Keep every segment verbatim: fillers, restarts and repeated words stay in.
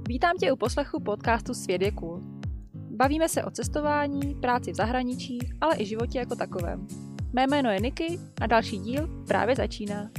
Vítám tě u poslechu podcastu Svět je cool. Bavíme se o cestování, práci v zahraničí, ale i životě jako takovém. Mé jméno je Niky a další díl právě začíná.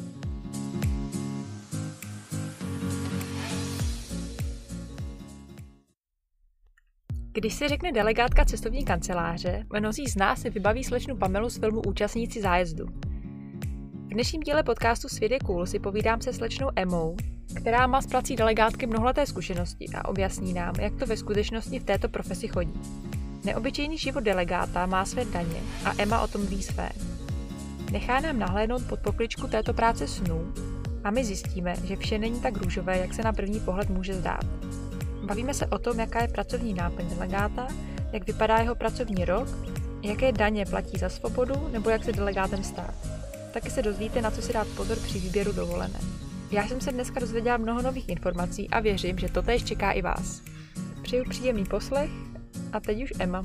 Když se řekne delegátka cestovní kanceláře, mnozí z nás si vybaví slečnu Pamelu z filmu Účastníci zájezdu. V dnešním díle podcastu Svět je cool si povídám se slečnou Emou, která má s prací delegátky mnohaleté zkušenosti a objasní nám, jak to ve skutečnosti v této profesi chodí. Neobyčejný život delegáta má své daně a Emma o tom ví své. Nechá nám nahlédnout pod pokličku této práce snů a my zjistíme, že vše není tak růžové, jak se na první pohled může zdát. Bavíme se o tom, jaká je pracovní náplň delegáta, jak vypadá jeho pracovní rok, jaké daně platí za svobodu nebo jak se delegátem stát. Taky se dozvíte, na co si dát pozor při výběru dovolené. Já jsem se dneska dozvěděla mnoho nových informací a věřím, že to též čeká i vás. Přeju příjemný poslech a teď už Emma.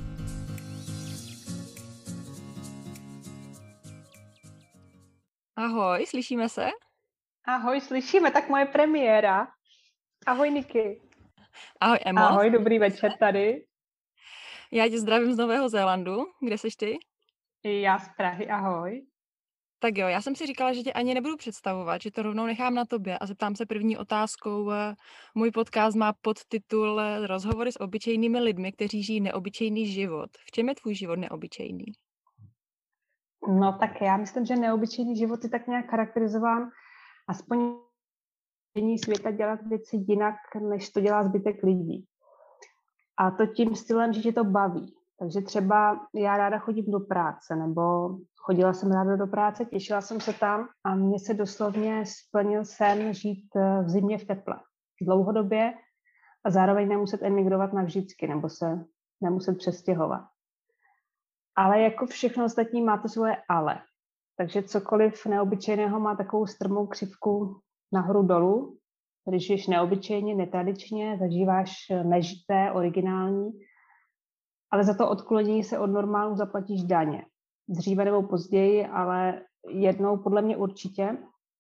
Ahoj, slyšíme se? Ahoj, slyšíme, tak moje premiéra. Ahoj, Niky. Ahoj, Emo. Ahoj, dobrý večer tady. Já tě zdravím z Nového Zélandu. Kde seš ty? Já z Prahy, ahoj. Tak jo, já jsem si říkala, že tě ani nebudu představovat, že to rovnou nechám na tobě a zeptám se první otázkou. Můj podcast má podtitul Rozhovory s obyčejnými lidmi, kteří žijí neobyčejný život. V čem je tvůj život neobyčejný? No tak já myslím, že neobyčejný život je tak nějak charakterizován aspoň dění světa dělat věci jinak, než to dělá zbytek lidí. A to tím stylem, že tě to baví. Takže třeba já ráda chodím do práce, nebo chodila jsem ráda do práce, těšila jsem se tam a mně se doslovně splnil sen žít v zimě v teple. Dlouhodobě a zároveň nemuset emigrovat navždycky, nebo se nemuset přestěhovat. Ale jako všechno ostatní má to svoje ale. Takže cokoliv neobyčejného má takovou strmou křivku nahoru dolů. Když žiješ neobyčejně, netradičně, zažíváš nežité, originální, ale za to odklonění se od normálu zaplatíš daně. Dříve nebo později, ale jednou podle mě určitě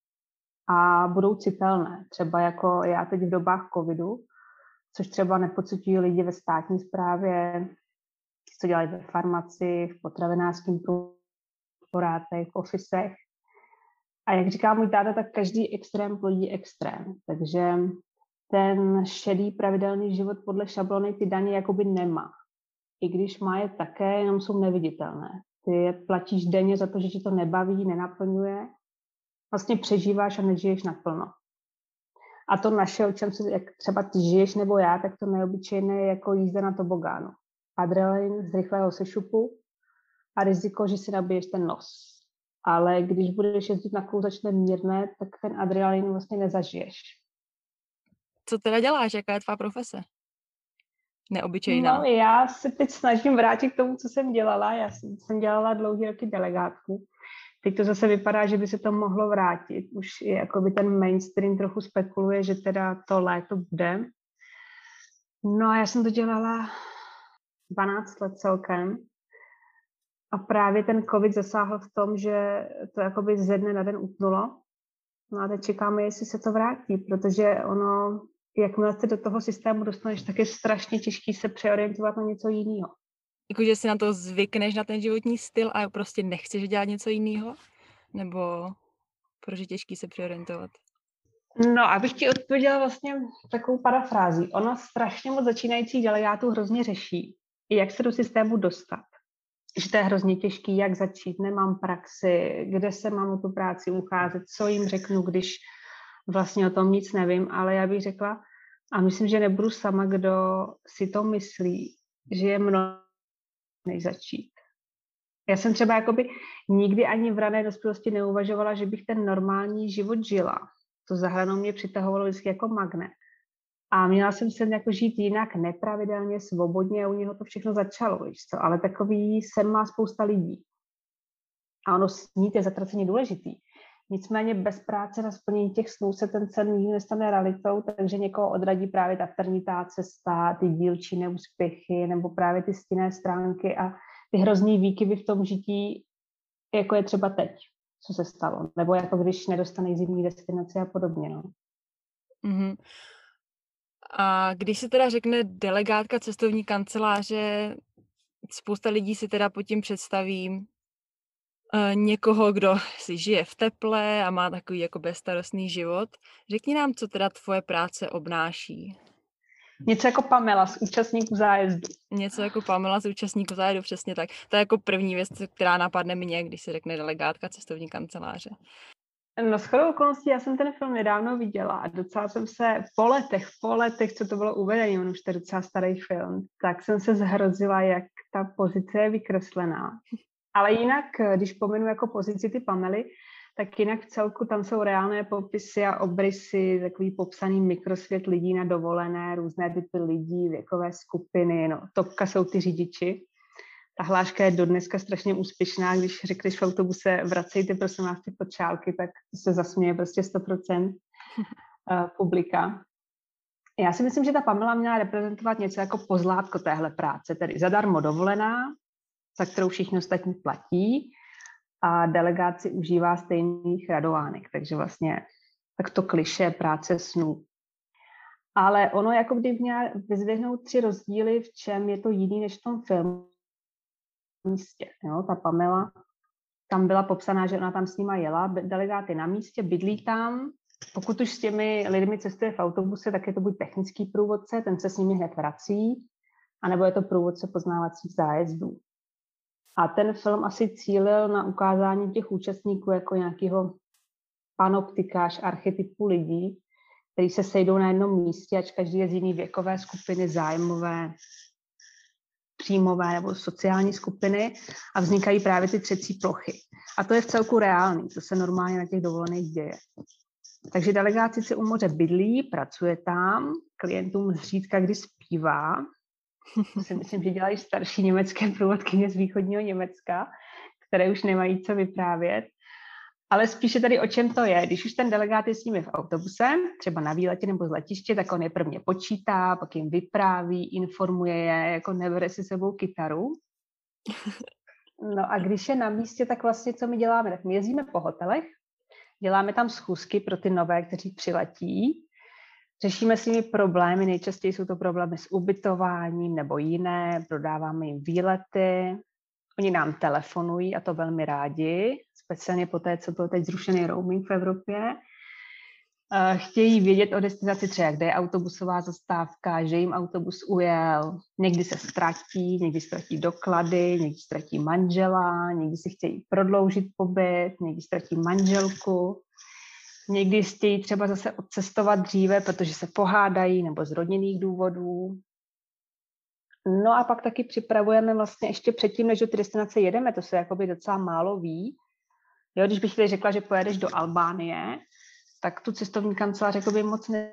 a budou citelné. Třeba jako já teď v dobách covidu, což třeba nepociťují lidi ve státní správě, co dělají ve farmaci, v potravinářském korporátech, v ofisech. A jak říká můj táta, tak každý extrém plodí extrém. Takže ten šedý pravidelný život podle šablony ty daně jakoby nemá. I když má je také, jenom jsou neviditelné. Ty je platíš denně za to, že ti to nebaví, nenaplňuje. Vlastně přežíváš a nežiješ naplno. A to naše, o čem se, jak třeba ty žiješ nebo já, tak to neobyčejné je jako jízda na tobogánu. Adrenalin z rychlého sešupu a riziko, že si nabiješ ten nos. Ale když budeš jezdit na klouzačné mírné, tak ten adrenalin vlastně nezažiješ. Co teda děláš? Jaká je tvá profese? Neobyčejná. No, já se teď snažím vrátit k tomu, co jsem dělala. Já jsem, jsem dělala dlouhý roky delegátku. Teď to zase vypadá, že by se to mohlo vrátit. Už je jakoby ten mainstream trochu spekuluje, že teda to léto bude. No a já jsem to dělala dvanáct let celkem. A právě ten covid zasáhl v tom, že to jakoby ze dne na den utnulo. No a teď čekáme, jestli se to vrátí, protože ono, jakmile se do toho systému dostaneš, tak je strašně těžký se přeorientovat na něco jiného. Jakože si na to zvykneš, na ten životní styl a prostě nechceš dělat něco jiného? Nebo proč je těžký se přeorientovat? No, abych ti odpověděla vlastně takovou parafrází. Ono strašně moc začínajících delegátů hrozně řeší, jak se do systému dostat. Že to je hrozně těžký, jak začít, nemám praxi, kde se mám o tu práci ucházet, co jim řeknu, když vlastně o tom nic nevím, ale já bych řekla, a myslím, že nebudu sama, kdo si to myslí, že je mnoho než začít. Já jsem třeba jakoby nikdy ani v rané dospělosti neuvažovala, že bych ten normální život žila. To za hranou mě přitahovalo vždycky jako magnet. A měla jsem se jako žít jinak, nepravidelně, svobodně a u něho to všechno začalo, víš co? Ale takový sen má spousta lidí. A ono snít je zatraceně důležitý. Nicméně bez práce na splnění těch snů se ten sen nikdy nestane realitou, takže někoho odradí právě ta trnitá cesta, ty dílčí neúspěchy nebo právě ty stinné stránky a ty hrozný výkyvy v tom žití, jako je třeba teď, co se stalo. Nebo jako když nedostaneš zimní destinaci a podobně. No. Mm-hmm. A když se teda řekne delegátka cestovní kanceláře, spousta lidí si teda pod tím představí uh, někoho, kdo si žije v teple a má takový jako bezstarostný život. Řekni nám, co teda tvoje práce obnáší. Něco jako Pamela z účastníků zájezdu. Něco jako Pamela z účastníků zájezdu, přesně tak. To je jako první věc, která napadne mě, když se řekne delegátka cestovní kanceláře. No shodou okolností, já jsem ten film nedávno viděla a docela jsem se po letech, po letech, co to bylo uvedení, on už to je docela starý film, tak jsem se zhrozila, jak ta pozice je vykreslená. Ale jinak, když pominu jako pozici ty Pamely, tak jinak v celku tam jsou reálné popisy a obrysy, takový popsaný mikrosvět lidí na dovolené, různé typy lidí, věkové skupiny, no topka jsou ty řidiči. Ta hláška je dodneska strašně úspěšná, když řekneš v autobuse vracejte prosím vás ty počálky, tak se zasměje prostě sto procent publika. Já si myslím, že ta Pamela měla reprezentovat něco jako pozlátko téhle práce, tedy zadarmo dovolená, za kterou všichni ostatní platí a delegát si užívá stejných radovánek, takže vlastně tak to klišé práce snů. Ale ono jako by měla vyzvihnout tři rozdíly, v čem je to jiný než v tom filmu. Místě. Jo? Ta Pamela, tam byla popsaná, že ona tam s nima jela, delegát je na místě, bydlí tam. Pokud už s těmi lidmi cestuje v autobuse, tak je to buď technický průvodce, ten se s nimi hned vrací, anebo je to průvodce poznávacích zájezdů. A ten film asi cílil na ukázání těch účastníků jako nějakého panoptikář archetypu lidí, kteří se sejdou na jednom místě, ač každý je z jiný věkové skupiny, zájmové, příjmové nebo sociální skupiny a vznikají právě ty třecí plochy. A to je v celku reálný, to se normálně na těch dovolených děje. Takže delegát sice u moře bydlí, pracuje tam, klientům zřídka kdy zpívá. To si myslím, že dělají starší německé průvodkyně z východního Německa, které už nemají co vyprávět. Ale spíše tady o čem to je. Když už ten delegát je s nimi v autobuse, třeba na výletě nebo z letiště, tak on je prvně počítá, pak jim vypráví, informuje je, jako nebere si sebou kytaru. No a když je na místě, tak vlastně co my děláme? Tak my jezdíme po hotelech, děláme tam schůzky pro ty nové, kteří přiletí, řešíme s nimi problémy, nejčastěji jsou to problémy s ubytováním nebo jiné, prodáváme jim výlety, oni nám telefonují a to velmi rádi, speciálně po té, co byl teď zrušený roaming v Evropě. Chtějí vědět o destinaci třeba, kde je autobusová zastávka, že jim autobus ujel, někdy se ztratí, někdy ztratí doklady, někdy ztratí manžela, někdy si chtějí prodloužit pobyt, někdy ztratí manželku, někdy chtějí třeba zase odcestovat dříve, protože se pohádají nebo z rodinných důvodů. No a pak taky připravujeme vlastně ještě předtím, než do ty destinace jedeme, to se jakoby docela málo ví. Jo, když bych tady řekla, že pojedeš do Albánie, tak tu cestovní kancelář jakoby moc ne...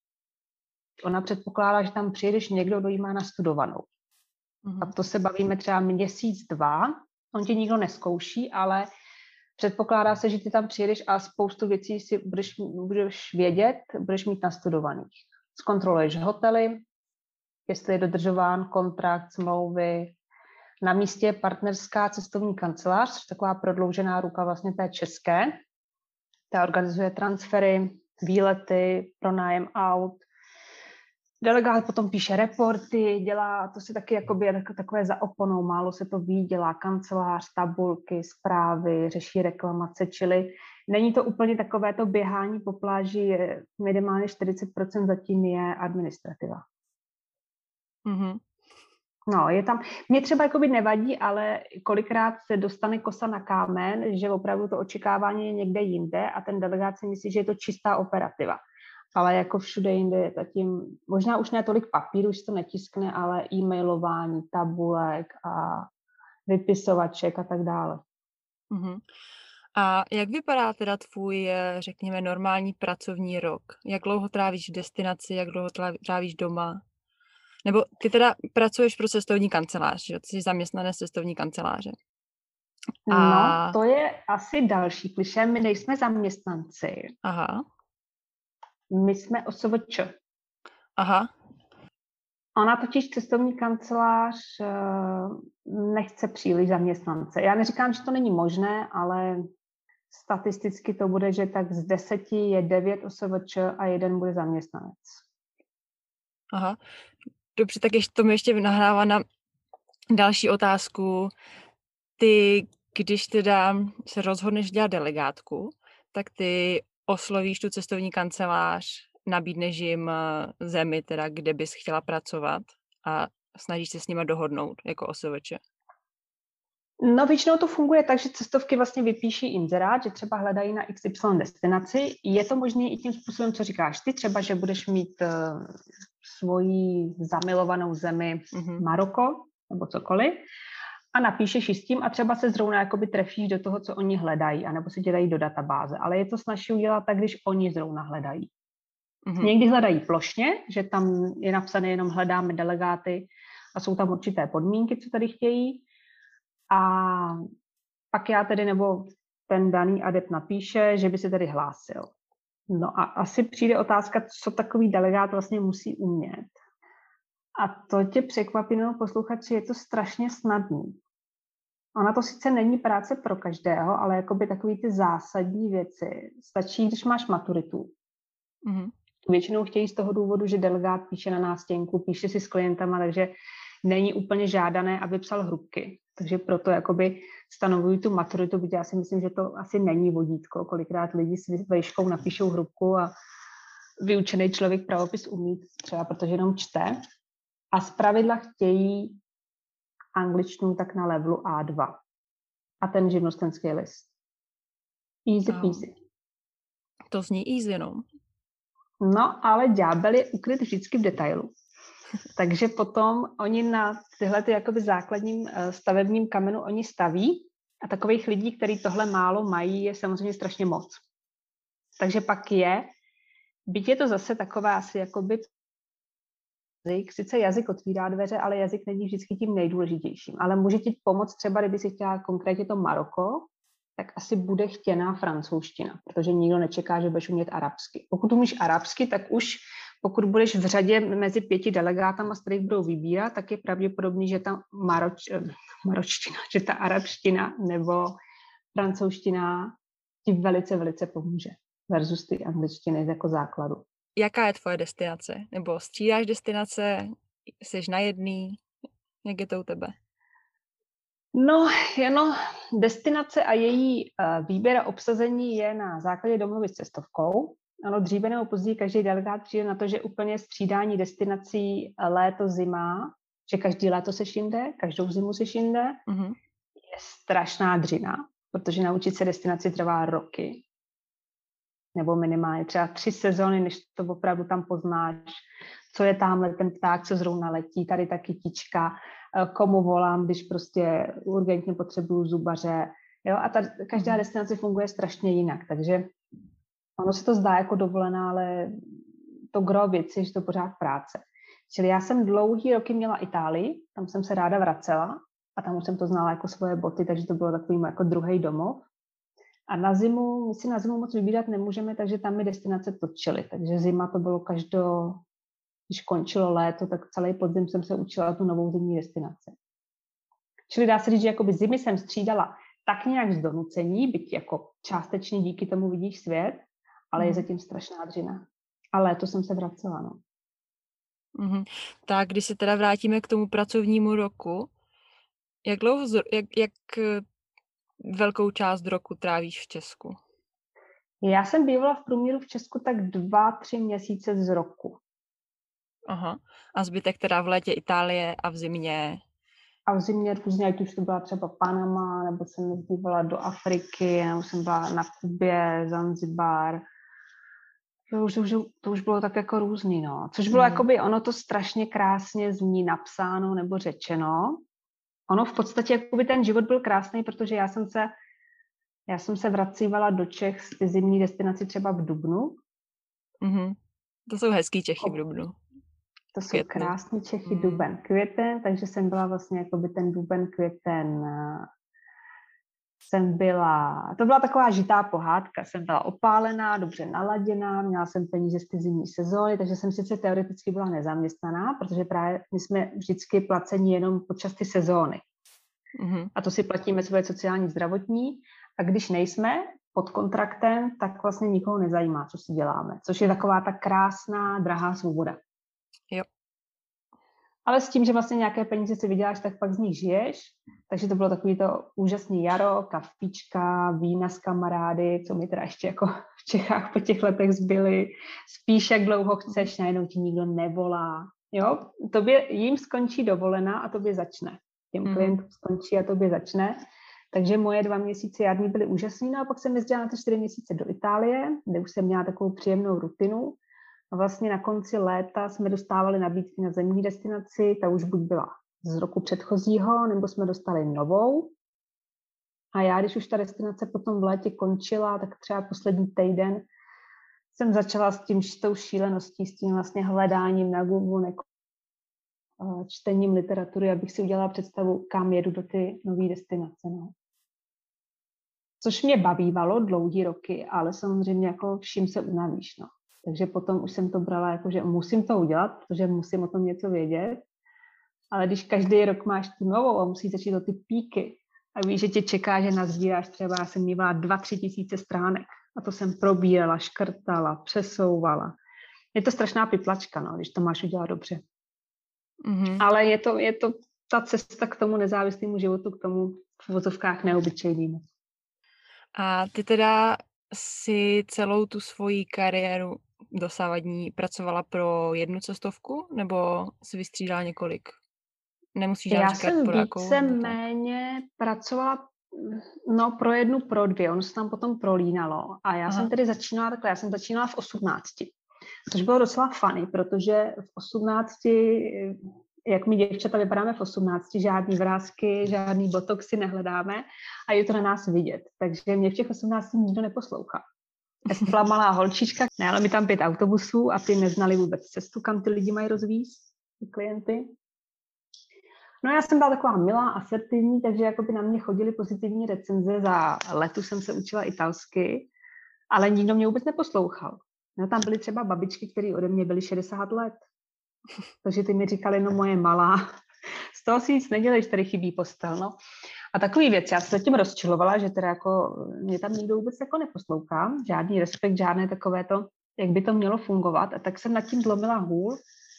Ona předpokládá, že tam přijedeš někdo, kdo jí má nastudovanou. Mm-hmm. A to se bavíme třeba měsíc, dva. On tě nikdo neskouší, ale předpokládá se, že ty tam přijedeš a spoustu věcí si budeš, budeš vědět, budeš mít nastudovaných. Zkontroluješ hotely, jestli je dodržován kontrakt, smlouvy. Na místě je partnerská cestovní kancelář, taková prodloužená ruka vlastně té české. Ta organizuje transfery, výlety, pronájem aut. Delegát potom píše reporty, dělá, to si taky jakoby takové za oponou, málo se to ví, dělá kancelář, tabulky, zprávy, řeší reklamace, čili není to úplně takové to běhání po pláži, minimálně čtyřicet procent zatím je administrativa. Mm-hmm. No, je tam, mě třeba jakoby nevadí, ale kolikrát se dostane kosa na kámen, že opravdu to očekávání je někde jinde a ten delegát si myslí, že je to čistá operativa. Ale jako všude jinde je zatím, možná už ne tolik papíru, už to netiskne, ale e-mailování, tabulek a vypisovaček a tak dále. Mm-hmm. A jak vypadá teda tvůj, řekněme, normální pracovní rok? Jak dlouho trávíš v destinaci, jak dlouho trávíš doma? Nebo ty teda pracuješ pro cestovní kancelář, že jsi zaměstnanec cestovní kanceláře. A... No, to je asi další klišé. My nejsme zaměstnanci. Aha. My jsme O S V Č. Aha. Ona totiž cestovní kancelář nechce příliš zaměstnance. Já neříkám, že to není možné, ale statisticky to bude, že tak z deseti je devět O S V Č a jeden bude zaměstnanec. Aha. Dobře, tak ještě to mi ještě nahrává na další otázku. Ty, když teda se rozhodneš dělat delegátku, tak ty oslovíš tu cestovní kancelář, nabídneš jim eh, zemi, teda, kde bys chtěla pracovat a snažíš se s nima dohodnout jako O S V Č. No většinou to funguje tak, že cestovky vlastně vypíší inzerát, že třeba hledají na X Y destinaci. Je to možné i tím způsobem, co říkáš ty, třeba, že budeš mít uh, svoji zamilovanou zemi Mhm. Maroko nebo cokoliv a napíšeš ji s tím a třeba se zrovna jakoby trefíš do toho, co oni hledají, anebo si dělají do databáze. Ale je to snažší udělat tak, když oni zrovna hledají. Mhm. Někdy hledají plošně, že tam je napsané jenom hledáme delegáty a jsou tam určité podmínky, co tady chtějí. A pak já tedy, nebo ten daný adept napíše, že by se tedy hlásil. No a asi přijde otázka, co takový delegát vlastně musí umět. A to tě překvapí, no posluchači, je to strašně snadný. Ona to sice není práce pro každého, ale jakoby takový ty zásadní věci. Stačí, když máš maturitu. Mhm. Většinou chtějí z toho důvodu, že delegát píše na nástěnku, píše si s klientama, takže není úplně žádané, aby psal hrubky. Takže proto jakoby stanovují tu maturitu, protože já si myslím, že to asi není vodítko. Kolikrát lidi s vejškou napíšou hrubku a vyučený člověk pravopis umí, třeba protože jenom čte. A zpravidla chtějí angličtinu tak na levelu A dva. A ten živnostenský list. Easy peasy. To zní easy, no. No, ale ďábel je ukryt vždycky v detailu. Takže potom oni na tyhle ty jakoby základním stavebním kamenu oni staví a takových lidí, kteří tohle málo mají, je samozřejmě strašně moc. Takže pak je, byť je to zase taková asi jakoby jazyk, sice jazyk otvírá dveře, ale jazyk není vždycky tím nejdůležitějším. Ale může ti pomoct třeba, kdyby si chtěla konkrétně to Maroko, tak asi bude chtěná francouzština, protože nikdo nečeká, že budeš umět arabsky. Pokud umíš arabsky, tak už pokud budeš v řadě mezi pěti delegátama, z kterých budou vybírat, tak je pravděpodobný, že ta maroč, maročtina, že ta arabština nebo francouzština ti velice, velice pomůže versus ty angličtiny jako základu. Jaká je tvoje destinace? Nebo střídáš destinace? Jsi na jedný? Jak je to u tebe? No, jenom destinace a její uh, výběr a obsazení je na základě domluvy s cestovkou. Ano, dříve nebo později každý delegát přijde na to, že úplně střídání destinací léto, zima, že každý léto seš jinde, každou zimu seš jinde, Mm-hmm. je strašná dřina, protože naučit se destinaci trvá roky. Nebo minimálně třeba tři sezóny, než to opravdu tam poznáš, co je tamhle ten pták, co zrovna letí, tady ta kytička, komu volám, když prostě urgentně potřebuju zubaře. Jo? A ta, každá destinace funguje strašně jinak, takže ono se to zdá jako dovolená, ale to gro věci je, že to pořád práce. Čili já jsem dlouhý roky měla Itálii, tam jsem se ráda vracela a tam už jsem to znala jako svoje boty, takže to bylo takový jako druhý domov. A na zimu, my si na zimu moc vybírat nemůžeme, takže tam mi destinace točily. Takže zima to bylo každou, když končilo léto, tak celý podzim jsem se učila tu novou zimní destinaci. Čili dá se říct, že jakoby zimy jsem střídala tak nějak z donucení, byť jako částečně díky tomu vidíš svět, ale je zatím strašná dřina. A léto jsem se vracela, no. Mm-hmm. Tak když se teda vrátíme k tomu pracovnímu roku, jak dlouho, jak, jak velkou část roku trávíš v Česku? Já jsem bývala v průměru v Česku tak dva, tři měsíce z roku. Aha. A zbytek teda v létě Itálie a v zimě? A v zimě různě, ať už to byla třeba Panama, nebo jsem jezdívala do Afriky, nebo jsem byla na Kubě, Zanzibar. To už, už, to už bylo tak jako různý, no. Což bylo mm. jakoby, ono to strašně krásně zní napsáno nebo řečeno. Ono v podstatě jakoby ten život byl krásný, protože já jsem se, já jsem se vracívala do Čech z ty zimní destinaci třeba v dubnu. Mm-hmm. To jsou hezký Čechy v dubnu. To jsou Květnu. Krásný Čechy, mm. duben, květen, takže jsem byla vlastně jakoby ten duben, květen, jsem byla, to byla taková žitá pohádka, jsem byla opálená, dobře naladěná, měla jsem peníze z ty zimní sezóny, takže jsem sice teoreticky byla nezaměstnaná, protože právě my jsme vždycky placeni jenom počas ty sezóny. Mm-hmm. A to si platíme svoje sociální, zdravotní a když nejsme pod kontraktem, tak vlastně nikoho nezajímá, co si děláme, což je taková ta krásná, drahá svoboda. Jo. Ale s tím, že vlastně nějaké peníze si vyděláš, tak pak z nich žiješ. Takže to bylo takový to úžasný jaro, kafíčka, vína s kamarády, co mi teda ještě jako v Čechách po těch letech zbyly. Spíš, jak dlouho chceš, najednou ti nikdo nevolá. Jo, tobě, jim skončí dovolená a tobě začne. Těm Mm-hmm. klientům skončí a tobě začne. Takže moje dva měsíce jarní byly úžasný. No a pak jsem jezdila na ty čtyři měsíce do Itálie, kde už jsem měla takovou příjemnou rutinu. A vlastně na konci léta jsme dostávali nabídky na zimní destinaci, ta už buď byla z roku předchozího, nebo jsme dostali novou. A já, když už ta destinace potom v létě končila, tak třeba poslední týden jsem začala s tím, s tou šíleností, s tím vlastně hledáním na Google, čtením literatury, abych si udělala představu, kam jedu do ty nové destinace. No. Což mě bavívalo dlouhý roky, ale samozřejmě jako vším se unavíš. No. Takže potom už jsem to brala jako, že musím to udělat, protože musím o tom něco vědět. Ale když každý rok máš tu novou a musíš začít o ty píky a víš, že tě čeká, že nazbíráš třeba, já jsem měla dva, tři tisíce stránek a to jsem probírala, škrtala, přesouvala. Je to strašná pytlačka, no, když to máš udělat dobře. Mm-hmm. Ale je to, je to ta cesta k tomu nezávislému životu, k tomu v vozovkách neobyčejnému. A ty teda si celou tu svoji kariéru dosavadní pracovala pro jednu cestovku, nebo si vystřídala několik? Nemusíš Já říkat jsem pro jakou? víceméně pracovala no, pro jednu, pro dvě. Ono se tam potom prolínalo. A já Aha. jsem tedy začínala takhle. Já jsem začínala v osmnácti. Což bylo docela funny, protože v osmnácti, jak my děvčata vypadáme v osmnácti, žádný vrásky, žádný botoxy nehledáme a je to na nás vidět. Takže mě v těch osmnácti nikdo neposlouchal. Já jsem byla malá holčička, nejelo mi tam pět autobusů a ty neznali vůbec cestu, kam ty lidi mají rozvízt, ty klienty. No já jsem byla taková milá, asertivní, takže jako by na mě chodily pozitivní recenze. Za letu jsem se učila italsky, ale nikdo mě vůbec neposlouchal. No, tam byly třeba babičky, které ode mě byly šedesát let. Takže ty mi říkali, no moje malá, z toho si nic nedělej, tady chybí postel, no. A takový věc, já se tím rozčilovala, že teda jako mě tam nikdo vůbec jako neposlouchá, žádný respekt, žádné takové to, jak by to mělo fungovat. A tak jsem nad tím zlomila hůl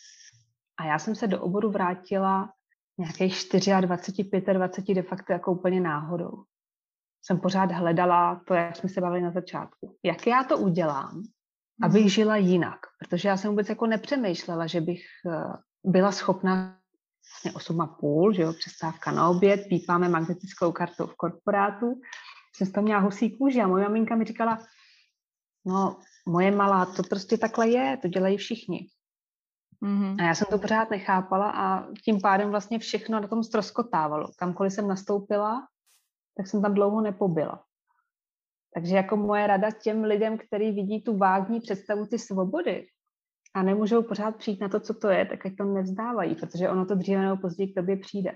a já jsem se do oboru vrátila nějakých dvacet čtyři, dvacet pět, de facto jako úplně náhodou. Jsem pořád hledala to, jak jsme se bavili na začátku. Jak já to udělám, abych žila jinak, protože já jsem vůbec jako nepřemýšlela, že bych byla schopna vlastně osm a půl, že jo, přestávka na oběd, pípáme magnetickou kartou v korporátu, jsem z toho měla husí kůži a moje maminka mi říkala, no moje malá, to prostě takhle je, to dělají všichni. Mm-hmm. A já jsem to pořád nechápala a tím pádem vlastně všechno na tom ztroskotávalo. Kamkoliv jsem nastoupila, tak jsem tam dlouho nepobyla. Takže jako moje rada těm lidem, kteří vidí tu vágní představu ty svobody a nemůžou pořád přijít na to, co to je, tak ať to nevzdávají, protože ono to dříve nebo později k tobě přijde.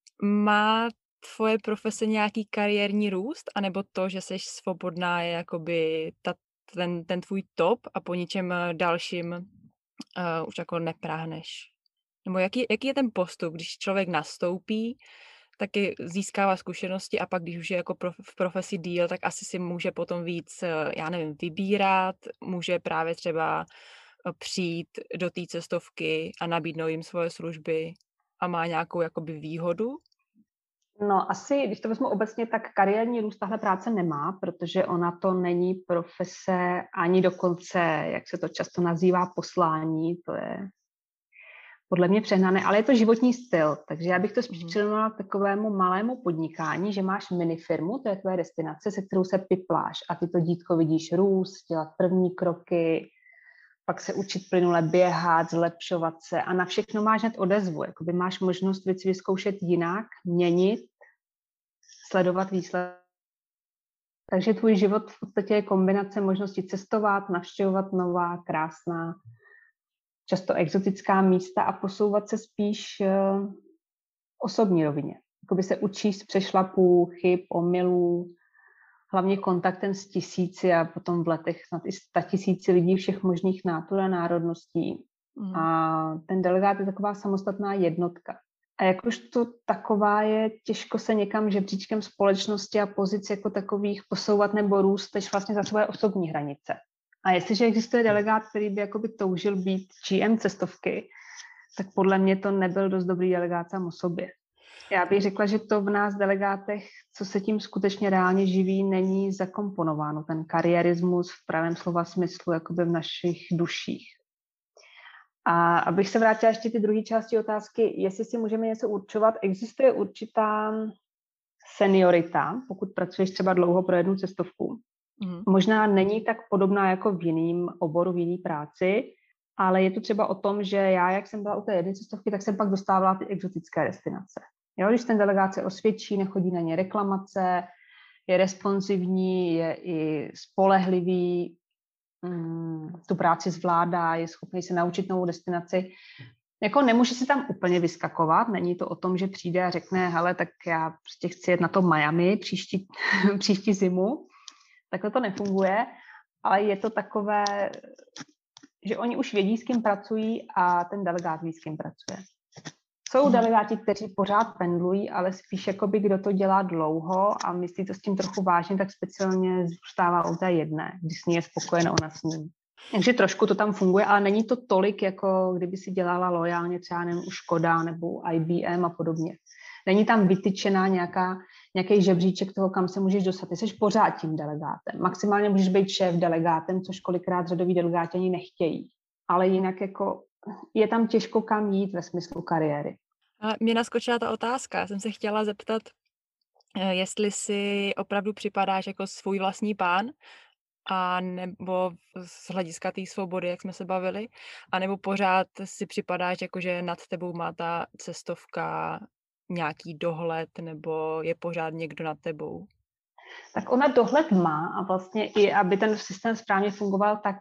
Má tvoje profese nějaký kariérní růst, anebo to, že jsi svobodná, je jakoby ta, ten, ten tvůj top a po ničem dalším uh, už jako nepráhneš? Nebo jaký, jaký je ten postup, když člověk nastoupí, taky získává zkušenosti a pak, když už je jako prof, v profesi díl, tak asi si může potom víc, já nevím, vybírat, může právě třeba přijít do té cestovky a nabídnout jim svoje služby a má nějakou jakoby výhodu? No asi, když to vezmu obecně, tak kariérní růst tahle práce nemá, protože ona to není profese ani dokonce, jak se to často nazývá, poslání, to je podle mě přehnané, ale je to životní styl, takže já bych to spíš přirovnala k takovému malému podnikání, že máš minifirmu, to je tvoje destinace, se kterou se pipláš a ty to dítko vidíš růst, dělat první kroky, pak se učit plynule běhat, zlepšovat se a na všechno máš hned odezvu, jakoby máš možnost věci vyzkoušet jinak, měnit, sledovat výsledky. Takže tvůj život v podstatě je kombinace možnosti cestovat, navštěvovat nová, krásná, často exotická místa a posouvat se spíš uh, osobní rovině. Jakoby se učíš z přešlapů, chyb, omylů, hlavně kontaktem s tisíci a potom v letech snad i sta tisíci lidí všech možných nátur a národností. Mm. A ten delegát je taková samostatná jednotka. A jakožto taková je těžko se někam žebříčkem společnosti a pozic jako takových posouvat nebo růst než vlastně za svoje osobní hranice. A jestliže existuje delegát, který by jakoby toužil být G M cestovky, tak podle mě to nebyl dost dobrý delegát sám o sobě. Já bych řekla, že to v nás delegátech, co se tím skutečně reálně živí, není zakomponováno. Ten kariérismus v pravém slova smyslu jakoby v našich duších. A abych se vrátila ještě ty druhé části otázky, jestli si můžeme něco určovat, existuje určitá seniorita, pokud pracuješ třeba dlouho pro jednu cestovku. Mm. Možná není tak podobná jako v jiném oboru, v jiné práci, ale je to třeba o tom, že já, jak jsem byla u té jedné cestovky, tak jsem pak dostávala ty exotické destinace. Jo, když ten delegát se osvědčí, nechodí na ně reklamace, je responsivní, je i spolehlivý, mm, tu práci zvládá, je schopný se naučit novou destinaci. Jako nemůže si tam úplně vyskakovat, není to o tom, že přijde a řekne, hele, tak já prostě chci jet na to Miami příští, příští zimu. Takhle to nefunguje, ale je to takové, že oni už vědí, s kým pracují a ten delegát ví, s kým pracuje. Jsou hmm. delegáti, kteří pořád pendlují, ale spíš jakoby, kdo to dělá dlouho a myslí to s tím trochu vážně, tak speciálně zůstává u té jedné, když s ní je spokojen, ona s ním. Takže trošku to tam funguje, ale není to tolik, jako kdyby si dělala lojálně třeba nevím, u Škoda nebo I B M a podobně. Není tam vytyčená nějaká, nějaký žebříček toho, kam se můžeš dostat. Ty jsi pořád tím delegátem. Maximálně můžeš být šéf delegátem, což kolikrát řadoví delegáti ani nechtějí. Ale jinak jako je tam těžko kam jít ve smyslu kariéry. A mě naskočila ta otázka. Jsem se chtěla zeptat, jestli si opravdu připadáš jako svůj vlastní pán, a nebo z hlediska té svobody, jak jsme se bavili, a nebo pořád si připadáš, jako že nad tebou má ta cestovka nějaký dohled, nebo je pořád někdo nad tebou? Tak ona dohled má a vlastně i aby ten systém správně fungoval, tak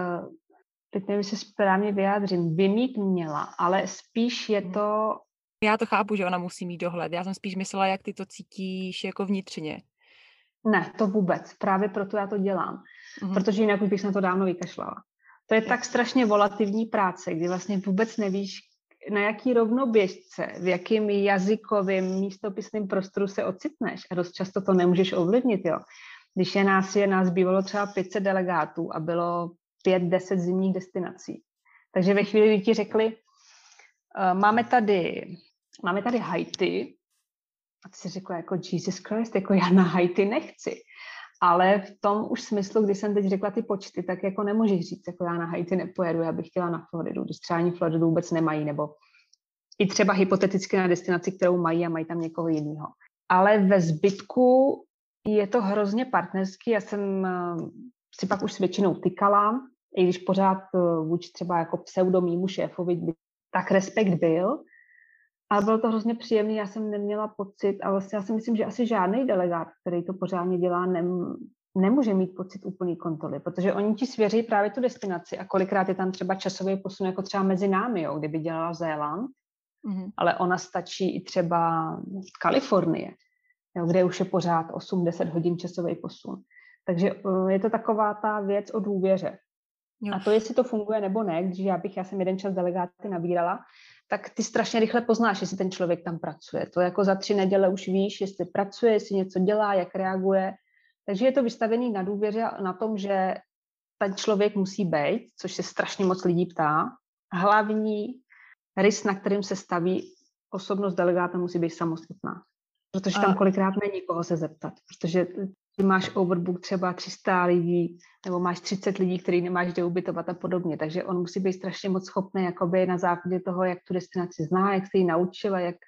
teď nevím, se správně vyjádřím, by mít měla, ale spíš je to... Já to chápu, že ona musí mít dohled. Já jsem spíš myslela, jak ty to cítíš jako vnitřně. Ne, to vůbec. Právě proto já to dělám. Mm-hmm. Protože jinak už bych se na to dávno vykašlala. To je tak strašně volativní práce, kdy vlastně vůbec nevíš, na jaký rovnoběžce, v jakým jazykovým místopisným prostoru se ocitneš. A dost často to nemůžeš ovlivnit, jo. Když je nás, je nás bývalo třeba pět set delegátů a bylo pět, deset zimních destinací. Takže ve chvíli, kdy ti řekli, uh, máme tady, máme tady Haiti, a ty si řekla jako Jesus Christ, jako já na Haiti nechci. Ale v tom už smyslu, když jsem teď řekla ty počty, tak jako nemůžeš říct, jako já na Haiti nepojedu, já bych chtěla na Floridu, když třeba ani Floridu vůbec nemají, nebo i třeba hypoteticky na destinaci, kterou mají a mají tam někoho jiného. Ale ve zbytku je to hrozně partnerský, já jsem si pak už s většinou tykala, i když pořád vůči třeba jako pseudomýmu šéfovi, tak respekt byl, ale bylo to hrozně příjemné, já jsem neměla pocit, a vlastně já si myslím, že asi žádný delegát, který to pořádně dělá, nem, nemůže mít pocit úplný kontroly, protože oni ti svěří právě tu destinaci a kolikrát je tam třeba časový posun, jako třeba mezi námi, jo, kdyby dělala Zéland, mm-hmm. ale ona stačí i třeba Kalifornie, jo, kde už je pořád osm deset hodin časový posun. Takže je to taková ta věc o důvěře. Jo. A to, jestli to funguje nebo ne, když já bych, já jsem jeden čas delegáty nabírala, tak ty strašně rychle poznáš, jestli ten člověk tam pracuje. To jako za tři neděle už víš, jestli pracuje, jestli něco dělá, jak reaguje. Takže je to vystavený na důvěře a na tom, že ten člověk musí být, což se strašně moc lidí ptá. Hlavní rys, na kterým se staví osobnost delegáta, musí být samostatná. Protože tam kolikrát není koho se zeptat. Protože ty máš overbook třeba tři sta lidí, nebo máš třicet lidí, který nemáš kde ubytovat a podobně. Takže on musí být strašně moc schopný jakoby na základě toho, jak tu destinaci zná, jak se ji naučila, jak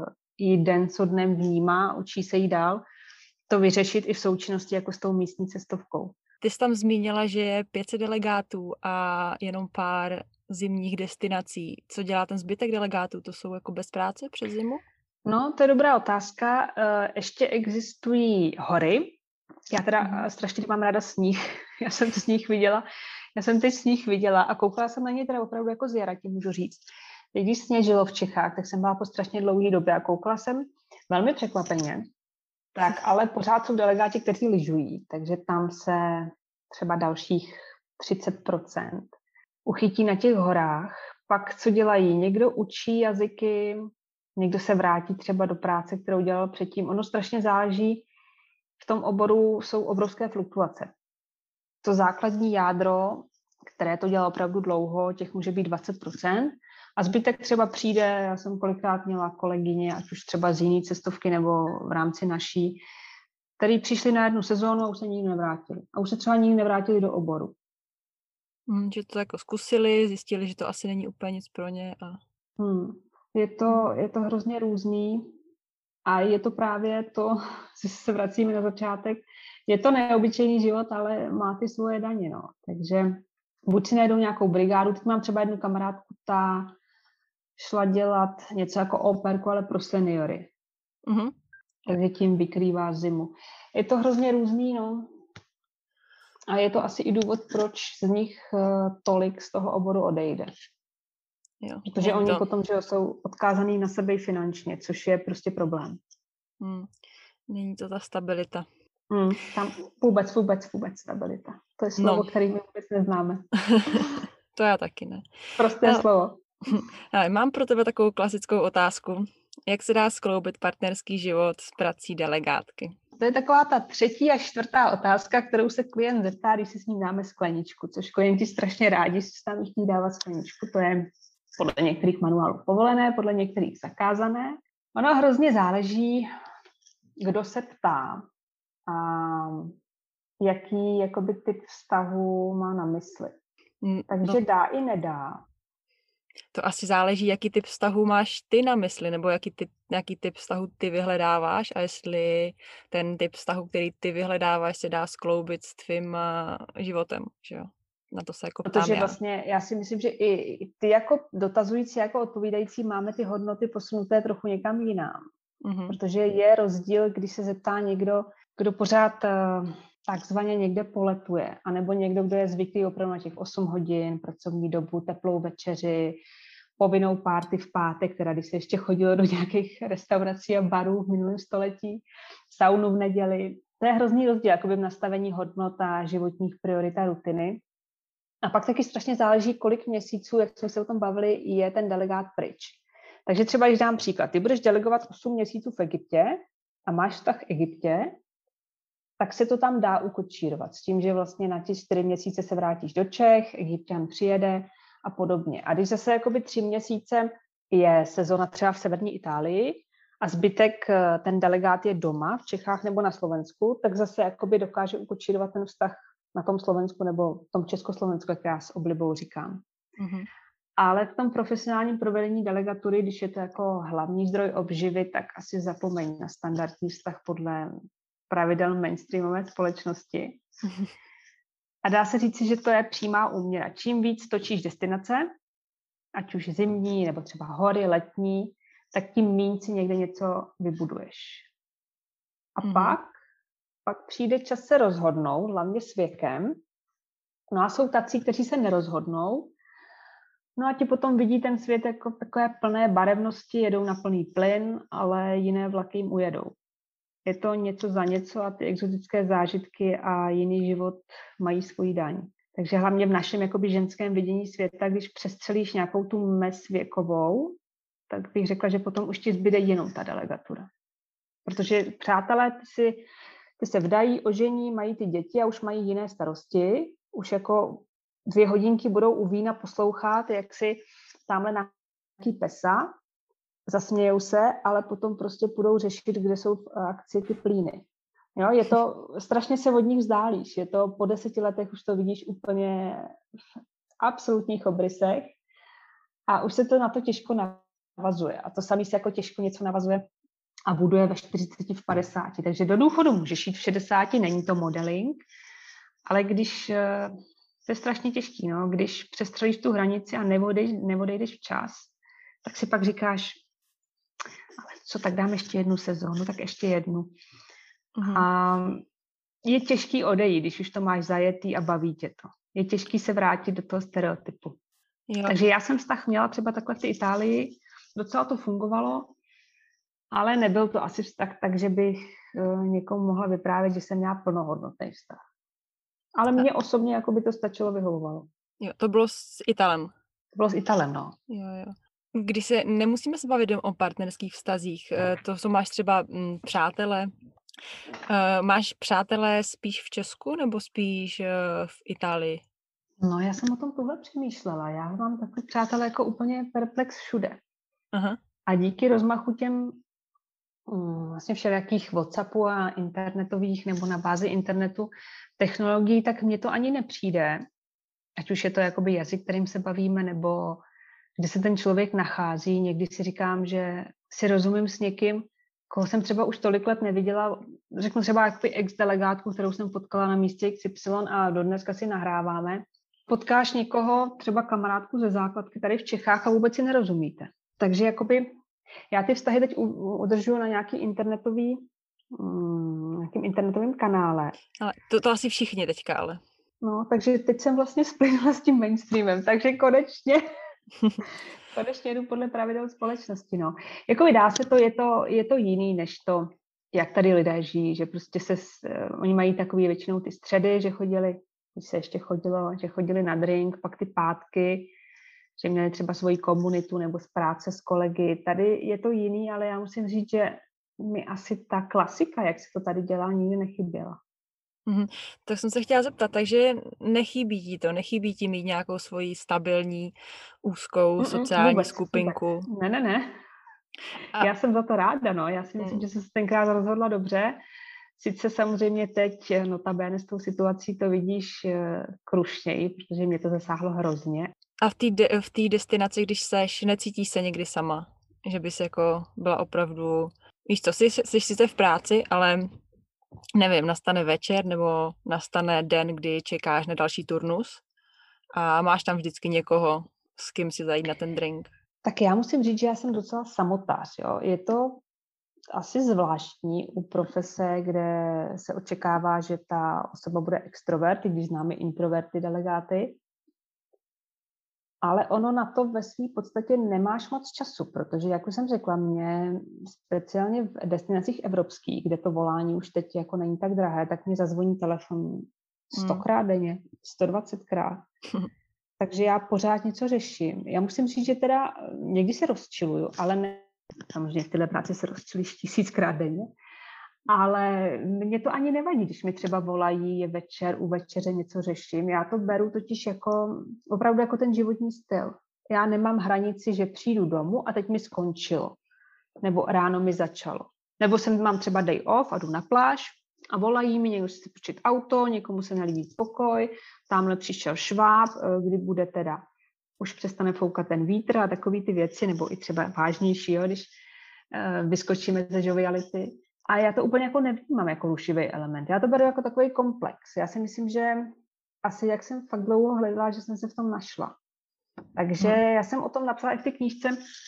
ji den co dnem vnímá, učí se jí dál, to vyřešit i v součinnosti jako s tou místní cestovkou. Ty jsi tam zmínila, že je pět set delegátů a jenom pár zimních destinací. Co dělá ten zbytek delegátů? To jsou jako bez práce přes zimu? No, to je dobrá otázka. Ještě existují hory. Já teda mm. strašně mám ráda sníh. Já jsem sníh viděla. Já jsem teď sníh viděla a koukala jsem na něj teda opravdu jako z jara, tím můžu říct. Když sněžilo v Čechách, tak jsem byla po strašně dlouhé době a koukala jsem velmi překvapeně. Tak, ale pořád jsou delegáti, kteří lyžují, takže tam se třeba dalších třicet procent uchytí na těch horách. Pak co dělají? Někdo učí jazyky, někdo se vrátí třeba do práce, kterou dělal předtím. Ono strašně záleží, v tom oboru jsou obrovské fluktuace. To základní jádro, které to dělá opravdu dlouho, těch může být dvacet procent A zbytek třeba přijde, já jsem kolikrát měla kolegyně, ať už třeba z jiné cestovky nebo v rámci naší, který přišli na jednu sezónu a už se nikdy nevrátili. A už se třeba nikdy nevrátili do oboru. Mm, že to jako zkusili, zjistili, že to asi není úplně nic pro ně. A... Hmm. Je to, je to hrozně různý a je to právě to, že se vracíme na začátek, je to neobyčejný život, ale má ty svoje daně, no. Takže buď si najdou nějakou brigádu, teď mám třeba jednu kamarádku, ta šla dělat něco jako operku, ale pro seniory. Mm-hmm. Takže tím vykrývá zimu. Je to hrozně různý, no. A je to asi i důvod, proč z nich uh, tolik z toho oboru odejde. Jo, Protože oni to... potom, že jsou odkázaný na sebe finančně, což je prostě problém. Hmm. Není to ta stabilita. Hmm, tam vůbec, vůbec, vůbec stabilita. To je slovo, no. které my vůbec neznáme. To já taky ne. Prosté Ale... slovo. Ale mám pro tebe takovou klasickou otázku. Jak se dá skloubit partnerský život s prací delegátky? To je taková ta třetí a čtvrtá otázka, kterou se klient zeptá, když si s ním dáme skleničku, což klienti strašně rádi si s námi chtějí dávat skleničku. To je podle některých manuálů povolené, podle některých zakázané. Ono hrozně záleží, kdo se ptá a jaký jakoby typ vztahu má na mysli. Takže no, dá i nedá. To asi záleží, jaký typ vztahu máš ty na mysli, nebo jaký typ, jaký typ vztahu ty vyhledáváš a jestli ten typ vztahu, který ty vyhledáváš, se dá skloubit s tvým životem, že jo? Na to se jako ptám Protože já. vlastně já si myslím, že i ty jako dotazující, jako odpovídající máme ty hodnoty posunuté trochu někam jinam. Mm-hmm. Protože je rozdíl, když se zeptá někdo, kdo pořád uh, takzvaně někde poletuje, anebo někdo, kdo je zvyklý opravdu na těch osm hodin, pracovní dobu, teplou večeři, povinnou párty v pátek, teda když se ještě chodilo do nějakých restaurací a barů v minulém století, saunu v neděli. To je hrozný rozdíl, jakoby v nastavení hodnot a životních priorit a rutiny. A pak taky strašně záleží, kolik měsíců, jak jsme se o tom bavili, je ten delegát pryč. Takže třeba, když dám příklad, ty budeš delegovat osm měsíců v Egyptě a máš vztah v Egyptě, tak se to tam dá ukočírovat s tím, že vlastně na ty čtyři měsíce se vrátíš do Čech, Egypťan přijede a podobně. A když zase jakoby tři měsíce je sezona třeba v severní Itálii a zbytek ten delegát je doma v Čechách nebo na Slovensku, tak zase jakoby dokáže ukočírovat ten vztah na tom Slovensku nebo v tom Československu, jak já s oblibou říkám. Mm-hmm. Ale v tom profesionálním provedení delegatury, když je to jako hlavní zdroj obživy, tak asi zapomeň na standardní vztah podle pravidel mainstreamové společnosti. Mm-hmm. A dá se říci, že to je přímá úměra. Čím víc točíš destinace, ať už zimní nebo třeba hory, letní, tak tím míň si někde něco vybuduješ. A mm-hmm. pak Pak přijde čas se rozhodnout, hlavně s věkem. No a jsou tací, kteří se nerozhodnou. No a ti potom vidí ten svět jako takové plné barevnosti, jedou na plný plyn, ale jiné vlaky jim ujedou. Je to něco za něco a ty exotické zážitky a jiný život mají svoji daň. Takže hlavně v našem jakoby ženském vidění světa, když přestřelíš nějakou tu mez věkovou, tak bych řekla, že potom už ti zbyde jenom ta delegatura. Protože přátelé, ty si Ty se vdají, ožení, mají ty děti a už mají jiné starosti. Už jako dvě hodinky budou u vína poslouchat, jak si tamhle nějaký pesa, zasmějou se, ale potom prostě budou řešit, kde jsou v akci ty plíny. Jo, je to, strašně se od nich vzdálíš. Je to po deseti letech už to vidíš úplně v absolutních obrysech a už se to na to těžko navazuje. A to samé se jako těžko něco navazuje a buduje ve čtyřiceti, v padesáti. Takže do důchodu můžeš jít v šedesáti, není to modeling, ale když, to je strašně těžký, no, když přestřelíš tu hranici a neodejdeš, neodejdeš včas, tak si pak říkáš, ale co, tak dám ještě jednu sezónu, tak ještě jednu. Mm-hmm. A je těžký odejít, když už to máš zajetý a baví tě to. Je těžký se vrátit do toho stereotypu. Jo. Takže já jsem vztah měla třeba takhle v té Itálii, docela to fungovalo, ale nebyl to asi vztah tak, že bych uh, někomu mohla vyprávět, že jsem měla plnohodnotný vztah. Ale mně osobně jako by to stačilo, vyhovovalo. Jo, to bylo s Italem. To bylo s Italem, no. Jo, jo. Když se, nemusíme se bavit o partnerských vztazích, to jsou, máš třeba m, přátele, uh, máš přátele spíš v Česku nebo spíš uh, v Itálii? No, já jsem o tom tuhle přemýšlela. Já mám takový přátelé jako úplně perplex všude. Aha. A díky rozmachu těm mm, vlastně všelijakých WhatsAppů a internetových nebo na bázi internetu technologií, tak mně to ani nepřijde. Ať už je to jakoby jazyk, kterým se bavíme, nebo kde se ten člověk nachází. Někdy si říkám, že si rozumím s někým, koho jsem třeba už tolik let neviděla. Řeknu třeba jakoby ex-delegátku, kterou jsem potkala na místě X Y a dodneska si nahráváme. Potkáš někoho, třeba kamarádku ze základky tady v Čechách a vůbec si nerozumíte. Takže jakoby já ty vztahy teď udržuju na nějaký internetový, mm, nějakým internetovým kanále. Ale to, to asi všichni teďka, ale. No, takže teď jsem vlastně splynula s tím mainstreamem, takže konečně, konečně jdu podle pravidel společnosti, no. Jako dá se to, je to, je to jiný, než to, jak tady lidé žijí, že prostě se, uh, oni mají takový většinou ty středy, že chodili, když se ještě chodilo, že chodili na drink, pak ty pátky, že měli třeba svoji komunitu nebo z práce s kolegy. Tady je to jiný, ale já musím říct, že mi asi ta klasika, jak se to tady dělá, nikdy nechyběla. Mhm. Tak jsem se chtěla zeptat, takže nechybí ti to, nechybí ti mít nějakou svoji stabilní, úzkou Mm-mm, sociální vůbec, skupinku? Vůbec. Ne, ne, ne. A... Já jsem za to ráda, no. Já si myslím, Mm. že jsem se tenkrát rozhodla dobře. Sice samozřejmě teď, notabene s tou situací, to vidíš krušněji, protože mě to zasáhlo hrozně. A v té de- v té destinaci, když seš, necítíš se někdy sama? Že bys jako byla opravdu... Víš co, jsi, jsi sice v práci, ale nevím, nastane večer nebo nastane den, kdy čekáš na další turnus a máš tam vždycky někoho, s kým si zajít na ten drink. Tak já musím říct, že já jsem docela samotář. Jo. Je to asi zvláštní u profese, kde se očekává, že ta osoba bude extrovert, i když známe introverty, delegáty. Ale ono na to ve své podstatě nemáš moc času, protože, jak už jsem řekla, mě speciálně v destinacích evropských, kde to volání už teď jako není tak drahé, tak mě zazvoní telefon stokrát denně, sto dvacetkrát. Takže já pořád něco řeším. Já musím říct, že teda někdy se rozčiluju, ale ne, samozřejmě v téhle práci se rozčilíš tisíckrát denně, ale mě to ani nevadí, když mi třeba volají, je večer, u večeře něco řeším. Já to beru totiž jako opravdu jako ten životní styl. Já nemám hranici, že přijdu domů a teď mi skončilo. Nebo ráno mi začalo. Nebo jsem mám třeba day off a jdu na pláž a volají mi, někdo si počít auto, někomu se nelíbí pokoj, tamhle přišel šváb, kdy bude teda už přestane foukat ten vítr a takový ty věci, nebo i třeba vážnější, jo, když uh, vyskočíme ze joviality. A já to úplně jako nevnímám jako rušivý element. Já to beru jako takový komplex. Já si myslím, že asi jak jsem fakt dlouho hledala, že jsem se v tom našla. Takže hmm. já jsem o tom napsala i v té knížce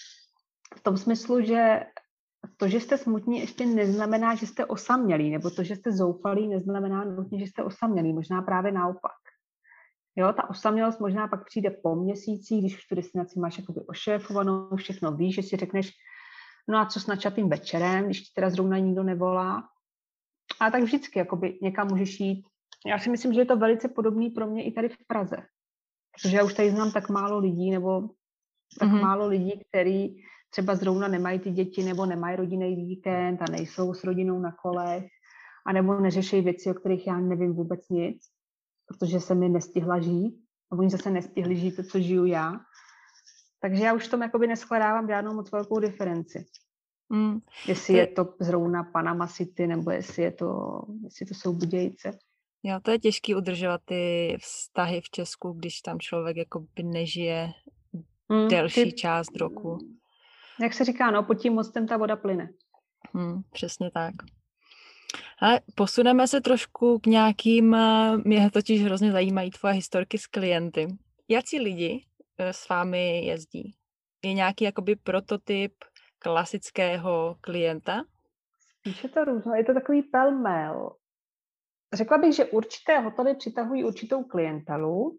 v tom smyslu, že to, že jste smutní, ještě neznamená, že jste osamělí, nebo to, že jste zoufalí, neznamená nutně, že jste osamělí. Možná právě naopak. Jo, ta osamělost možná pak přijde po měsících, když už tu destinaci máš jakoby ošéfovanou, všechno víš, že si řekneš, no a co s načatým večerem, když ti teda zrovna nikdo nevolá. A tak vždycky jakoby někam můžeš jít. Já si myslím, že je to velice podobný pro mě i tady v Praze. Protože já už tady znám tak málo lidí, nebo tak mm-hmm. málo lidí, kteří třeba zrovna nemají ty děti, nebo nemají rodinný víkend a nejsou s rodinou na kolech, anebo neřeší věci, o kterých já nevím vůbec nic, protože se mi nestihla žít. A oni zase nestihli žít to, co žiju já. Takže já už v tom jakoby neshledávám žádnou moc velkou diferenci. Mm, jestli to je to zrovna Panama City, nebo jestli, je to, jestli to jsou Budějice. Jo, to je těžký udržovat ty vztahy v Česku, když tam člověk jakoby nežije mm, delší ty, část roku. Jak se říká, no, pod tím mostem ta voda plyne. Mm, přesně tak. Ale posuneme se trošku k nějakým, mě totiž hrozně zajímají tvoje historky s klienty. Jací lidi s vámi jezdí? Je nějaký jakoby prototyp klasického klienta? Spíše to různo, je to takový pelmel. Řekla bych, že určité hotely přitahují určitou klientelu.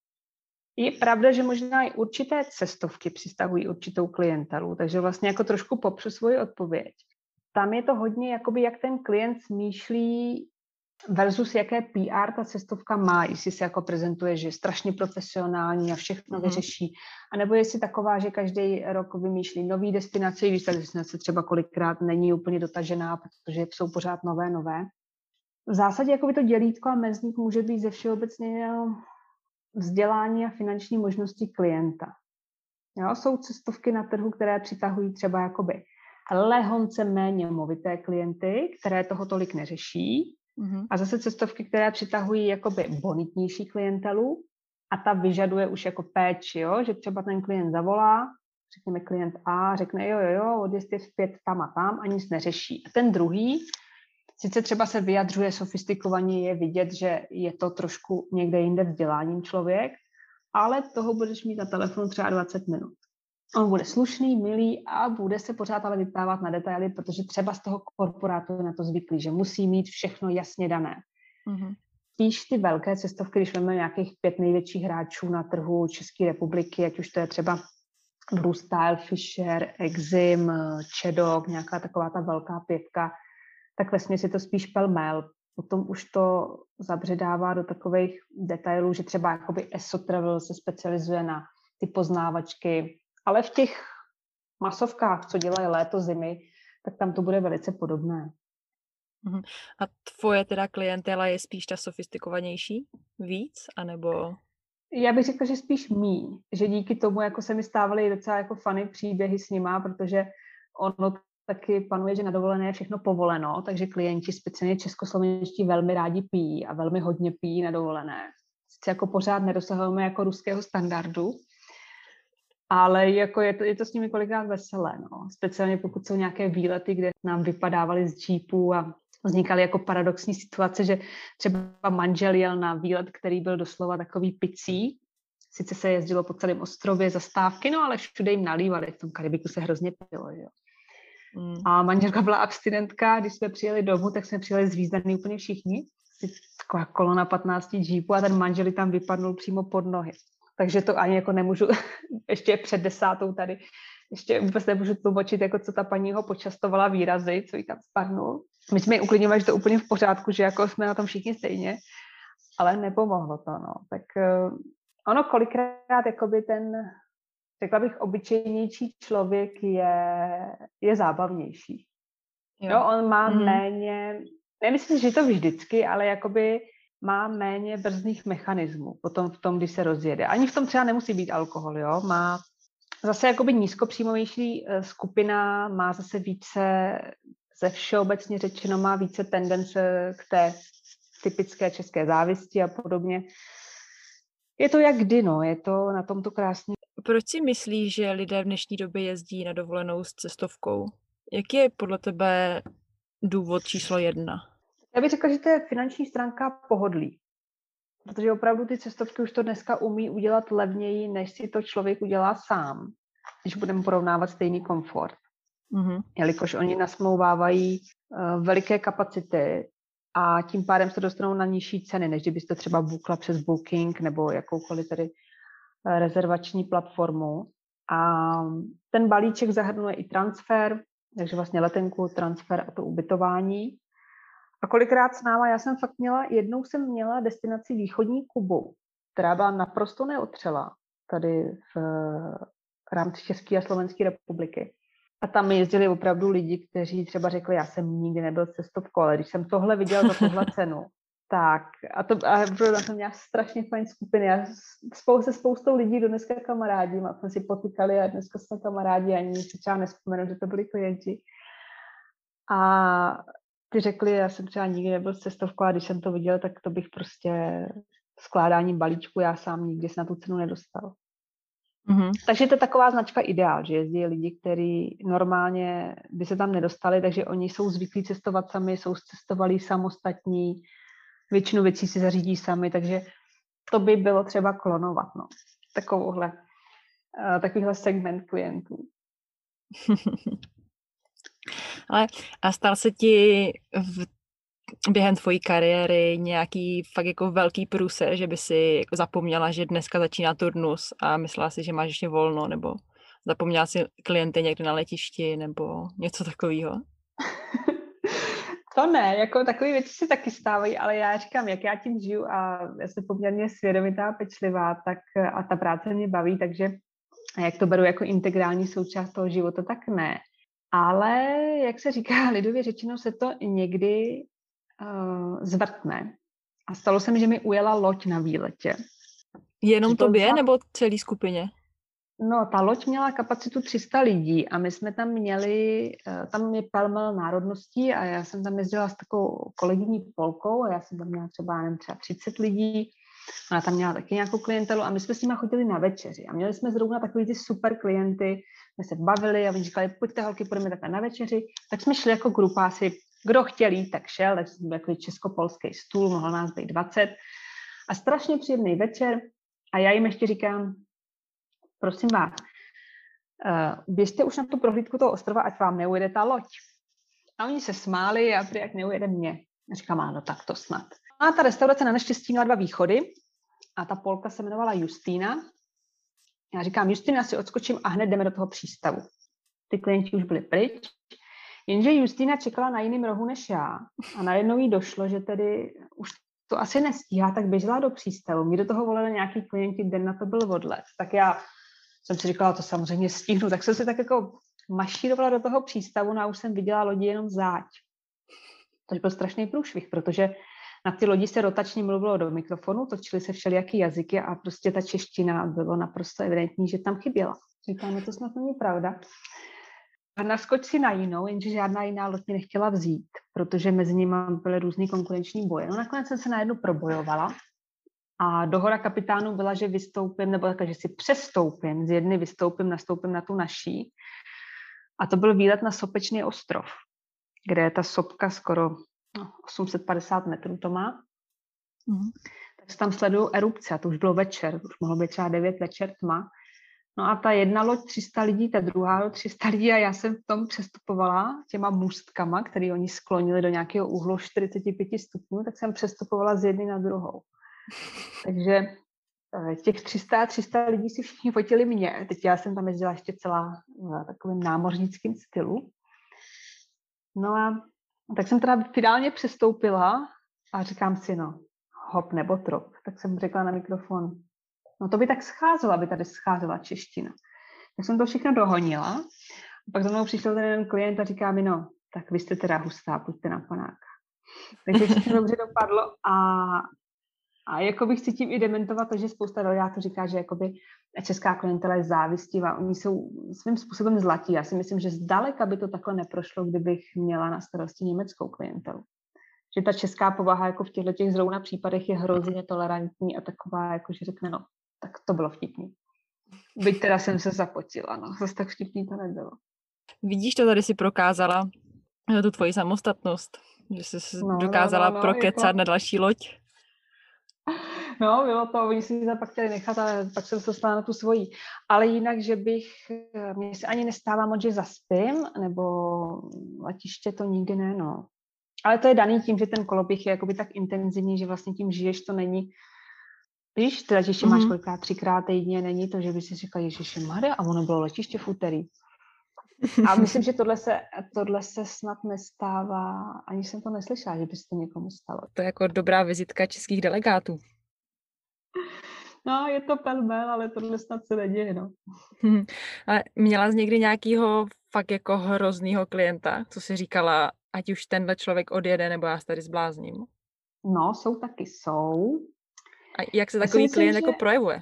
Je pravda, že možná i určité cestovky přitahují určitou klientelu, takže vlastně jako trošku popřu svoji odpověď. Tam je to hodně, jakoby jak ten klient smýšlí versus jaké P R ta cestovka má, jestli se jako prezentuje, že je strašně profesionální a všechno mm-hmm. vyřeší, anebo jestli taková, že každý rok vymýšlí nový destinace, když ta destinace třeba kolikrát není úplně dotažená, protože jsou pořád nové, nové. V zásadě jakoby to dělítko a mezník může být ze všeobecně vzdělání a finanční možnosti klienta. Jo, jsou cestovky na trhu, které přitahují třeba jakoby lehonce méně movité klienty, které toho tolik neřeší. Mm-hmm. A zase cestovky, které přitahují jakoby bonitnější klientelu a ta vyžaduje už jako péči, jo? Že třeba ten klient zavolá, řekněme klient A, řekne jo, jo, jo, odjezd je zpět tam a tam a nic neřeší. A ten druhý, sice třeba se vyjadřuje sofistikovaně, je vidět, že je to trošku někde jinde vzděláním člověk, ale toho budeš mít na telefonu třeba dvacet minut. On bude slušný, milý a bude se pořád ale vyptávat na detaily, protože třeba z toho korporátu je na to zvyklý, že musí mít všechno jasně dané. Mm-hmm. Spíš ty velké cestovky, když máme nějakých pět největších hráčů na trhu České republiky, ať už to je třeba Blue Style, Fisher, Exim, Čedok, nějaká taková ta velká pětka, tak vesměs je to spíš pelmel. Potom už to zabředává do takových detailů, že třeba jakoby Esso Travel se specializuje na ty poznávačky, ale v těch masovkách, co dělají léto, zimy, tak tam to bude velice podobné. A tvoje teda klientela je spíš ta sofistikovanější víc, anebo? Já bych řekla, že spíš míň, že díky tomu jako se mi stávaly docela jako funny příběhy s nima, protože ono taky panuje, že na dovolené je všechno povoleno, takže klienti, speciálně českoslovenští, velmi rádi pijí a velmi hodně pijí na dovolené. Sice jako pořád nedosahujeme jako ruského standardu, ale jako je to, je to s nimi kolikrát veselé, no. Speciálně pokud jsou nějaké výlety, kde nám vypadávali z džípů a vznikaly jako paradoxní situace, že třeba manžel jel na výlet, který byl doslova takový picí. Sice se jezdilo po celém ostrově zastávky, no ale všude jim nalívali. V tom Karibiku se hrozně pilo, jo. Mm. A manželka byla abstinentka, když jsme přijeli domů, tak jsme přijeli zvízdaný úplně všichni. Taková kolona patnácti džípů a ten manžel tam vypadnul přímo pod nohy. Takže to ani jako nemůžu, ještě před desátou tady, ještě vůbec nemůžu tlumočit, jako co ta paní ho počastovala výrazy, co jí tam spadnul. My jsme ji uklidňovali, že to úplně v pořádku, že jako jsme na tom všichni stejně, ale nepomohlo to, no. Tak uh, ono kolikrát, jakoby ten, řekla bych, obyčejnější člověk je, je zábavnější. Jo. Jo, on má mm. méně, nemyslím, že to vždycky, ale jakoby má méně brzdných mechanismů potom v tom, když se rozjede. Ani v tom třeba nemusí být alkohol, jo. Má zase jakoby nízkopříjmovější skupina, má zase více, ze všeobecně řečeno, má více tendence k té typické české závisti a podobně. Je to jak kdy, no, je to na tomto krásný. Proč si myslíš, že lidé v dnešní době jezdí na dovolenou s cestovkou? Jaký je podle tebe důvod číslo jedna? Já bych řekla, že to je finanční stránka pohodlí. Protože opravdu ty cestovky už to dneska umí udělat levněji, než si to člověk udělá sám, když budeme porovnávat stejný komfort. Mm-hmm. Jelikož oni nasmlouvávají uh, veliké kapacity a tím pádem se dostanou na nižší ceny, než kdybyste třeba bookla přes Booking nebo jakoukoliv tedy uh, rezervační platformu. A ten balíček zahrnuje i transfer, takže vlastně letenku, transfer a to ubytování. A kolikrát s náma, já jsem fakt měla, jednou jsem měla destinaci východní Kubu, která byla naprosto neotřelá tady v, v rámci České a Slovenské republiky. A tam jezdili opravdu lidi, kteří třeba řekli, já jsem nikdy nebyl cestovkou, ale když jsem tohle viděla za tohle cenu, tak a to a já jsem měla strašně fajn skupiny. Já spolu se spoustou lidí do dneska kamarádím a jsme si potykali a dneska jsme kamarádi, ani si třeba nevzpomenu, že to byli klienti. A ty řekli, já jsem třeba nikdy nebyl cestovkou a když jsem to viděl, tak to bych prostě skládáním balíčku já sám nikdy se na tu cenu nedostal. Mm-hmm. Takže to je taková značka ideál, že jezdí lidi, kteří normálně by se tam nedostali, takže oni jsou zvyklí cestovat sami, jsou cestovalí samostatní, většinu věcí si zařídí sami, takže to by bylo třeba klonovat, no. Takovouhle, uh, takovýhle segment klientů. Ale a stal se ti v, během tvojí kariéry nějaký fakt jako velký průser, že by si jako zapomněla, že dneska začíná turnus a myslela si, že máš ještě volno, nebo zapomněla si klienty někde na letišti, nebo něco takového? To ne, jako takové věci se taky stávají, ale já říkám, jak já tím žiju a já jsem poměrně svědomitá, pečlivá, tak a ta práce mě baví, takže jak to beru jako integrální součást toho života, tak ne. Ale, jak se říká lidově řečeno, se to někdy uh, zvrtne. A stalo se mi, že mi ujela loď na výletě. Jenom bylo tobě docela... nebo celý skupině? No, ta loď měla kapacitu tři sta lidí a my jsme tam měli, tam je pelmel národností a já jsem tam jezdila s takovou kolegyní Polkou a já jsem tam měla třeba, nevím, třeba třicet lidí. Ona tam měla taky nějakou klientelu a my jsme s nimi chodili na večeři a měli jsme zrovna takový ty super klienty, jsme se bavili a oni říkali, pojďte holky, půjdeme takhle na večeři. Tak jsme šli jako grupáci, kdo chtěl jít, tak šel, takže jsme byli takový česko-polský stůl, mohlo nás být dvacet. A strašně příjemný večer a já jim ještě říkám, prosím vás, uh, běžte už na tu prohlídku toho ostrova, ať vám neujede ta loď. A oni se smáli a prý, jak neujede mě. A říkám, ano, tak to snad. A ta restaurace na neštěstí měla dva východy a ta Polka se jmenovala Justína. Já říkám, Justína, si odskočím a hned jdeme do toho přístavu. Ty klienti už byli pryč, jenže Justína čekala na jiném rohu než já a najednou jí došlo, že tedy už to asi nestíhá, tak běžela do přístavu. Mě do toho volili nějaký klienti, den na to byl odlet. Tak já jsem si říkala, to samozřejmě stihnu, tak jsem si tak jako mašírovala do toho přístavu, no a už jsem viděla lodi jenom záď. To byl strašný průšvih, protože na ty lodi se rotačně mluvilo do mikrofonu, točily se všelijaký jazyky a prostě ta čeština bylo naprosto evidentní, že tam chyběla. Říkám, no to snad není pravda. A naskoč si na jinou, jenže žádná jiná loď mě nechtěla vzít, protože mezi nimi byly různý konkurenční boje. No nakonec jsem se na jednu probojovala a dohoda kapitánů byla, že vystoupím, nebo tak, že si přestoupím, z jedny vystoupím, nastoupím na tu naší. A to byl výlet na Sopečný ostrov, kde je ta sopka skoro no, osm set padesát metrů to má. Mm. Tak tam sleduju erupce a to už bylo večer, už mohlo být třeba devět večer tma. No a ta jedna loď tři sta lidí, ta druhá loď tři sta lidí a já jsem v tom přestupovala těma můstkama, který oni sklonili do nějakého úhlu čtyřicet pět stupňů, tak jsem přestupovala z jedny na druhou. Takže těch tři sta a tři sta lidí si všichni fotili mě. Teď já jsem tam jezdila ještě celá v takovém námořnickém stylu. No a tak jsem teda finálně přestoupila a říkám si, no, hop nebo trop. Tak jsem řekla na mikrofon, no to by tak scházela, aby tady scházela čeština. Tak jsem to všechno dohonila. A pak za mnou přišel ten jeden klient a říká mi, no, tak vy jste teda hustá, pojďte na panáka. Takže všechno dobře dopadlo a, a jakoby chci tím i dementovat to, že spousta delegátů říká, že jakoby česká klientela je závistivá. Oni jsou svým způsobem zlatí. Já si myslím, že zdaleka by to takhle neprošlo, kdybych měla na starosti německou klientelu. Že ta česká povaha jako v těchto těch zrovna případech je hrozně tolerantní a taková, jako že řekne, no, tak to bylo vtipný. Byť teda jsem se zapotila, no, zase tak vtipný to nebylo. Vidíš, to tady si prokázala, tu tvoji samostatnost, že jsi no, dokázala no, no, no, prokecat jako... na další loď. No, bylo to, oni si to pak chtěli nechat, ale pak jsem se dostala na tu svoji. Ale jinak, že bych, mně se ani nestává moc, že zaspím, nebo letiště to nikdy ne, no. Ale to je daný tím, že ten koloběh je jakoby tak intenzivní, že vlastně tím žiješ, to není. Víš, ty letiště mm-hmm. máš kolikrát třikrát týdně, není to, že by si říkal, ježišmarja, a ono bylo letiště v úterý. A myslím, že tohle se, tohle se snad nestává, ani jsem to neslyšela, že by se to někomu stalo. To je jako dobrá vizitka českých delegátů. No, je to pelmel, ale tohle snad se neděje, no. Ale měla jsi někdy nějakýho fakt jako hroznýho klienta, co jsi říkala, ať už tenhle člověk odjede, nebo já se tady zblázním? No, jsou taky, jsou. A jak se takový myslím, klient že... jako projevuje?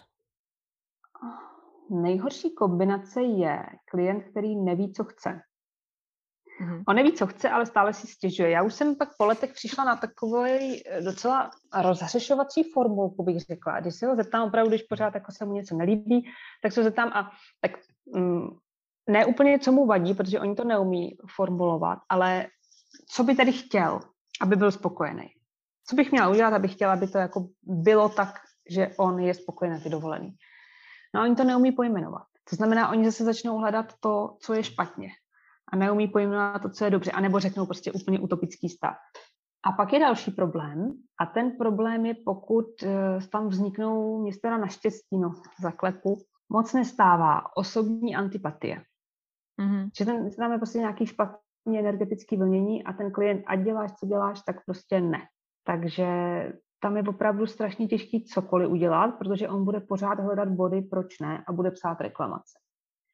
Nejhorší kombinace je klient, který neví, co chce. Mm-hmm. On neví, co chce, ale stále si stěžuje. Já už jsem pak po letech přišla na takový docela rozhřešovací formulku, bych řekla. Když se ho zeptám opravdu, když pořád jako se mu něco nelíbí, tak se ho zeptám a tak mm, ne úplně, co mu vadí, protože oni to neumí formulovat, ale co by tady chtěl, aby byl spokojený. Co bych měla udělat, aby chtěla, aby to jako bylo tak, že on je spokojený na ty dovolený. No a oni to neumí pojmenovat. To znamená, oni zase začnou hledat to, co je špatně. A neumí pojmenovat to, co je dobře. A nebo řeknou prostě úplně utopický stav. A pak je další problém. A ten problém je, pokud uh, tam vzniknou, mě teda naštěstí, no, zaklepu, moc nestává osobní antipatie. Mm-hmm. Že ten, tam je prostě nějaký špatný energetický vlnění a ten klient, ať děláš, co děláš, tak prostě ne. Takže tam je opravdu strašně těžký cokoliv udělat, protože on bude pořád hledat body, proč ne, a bude psát reklamace.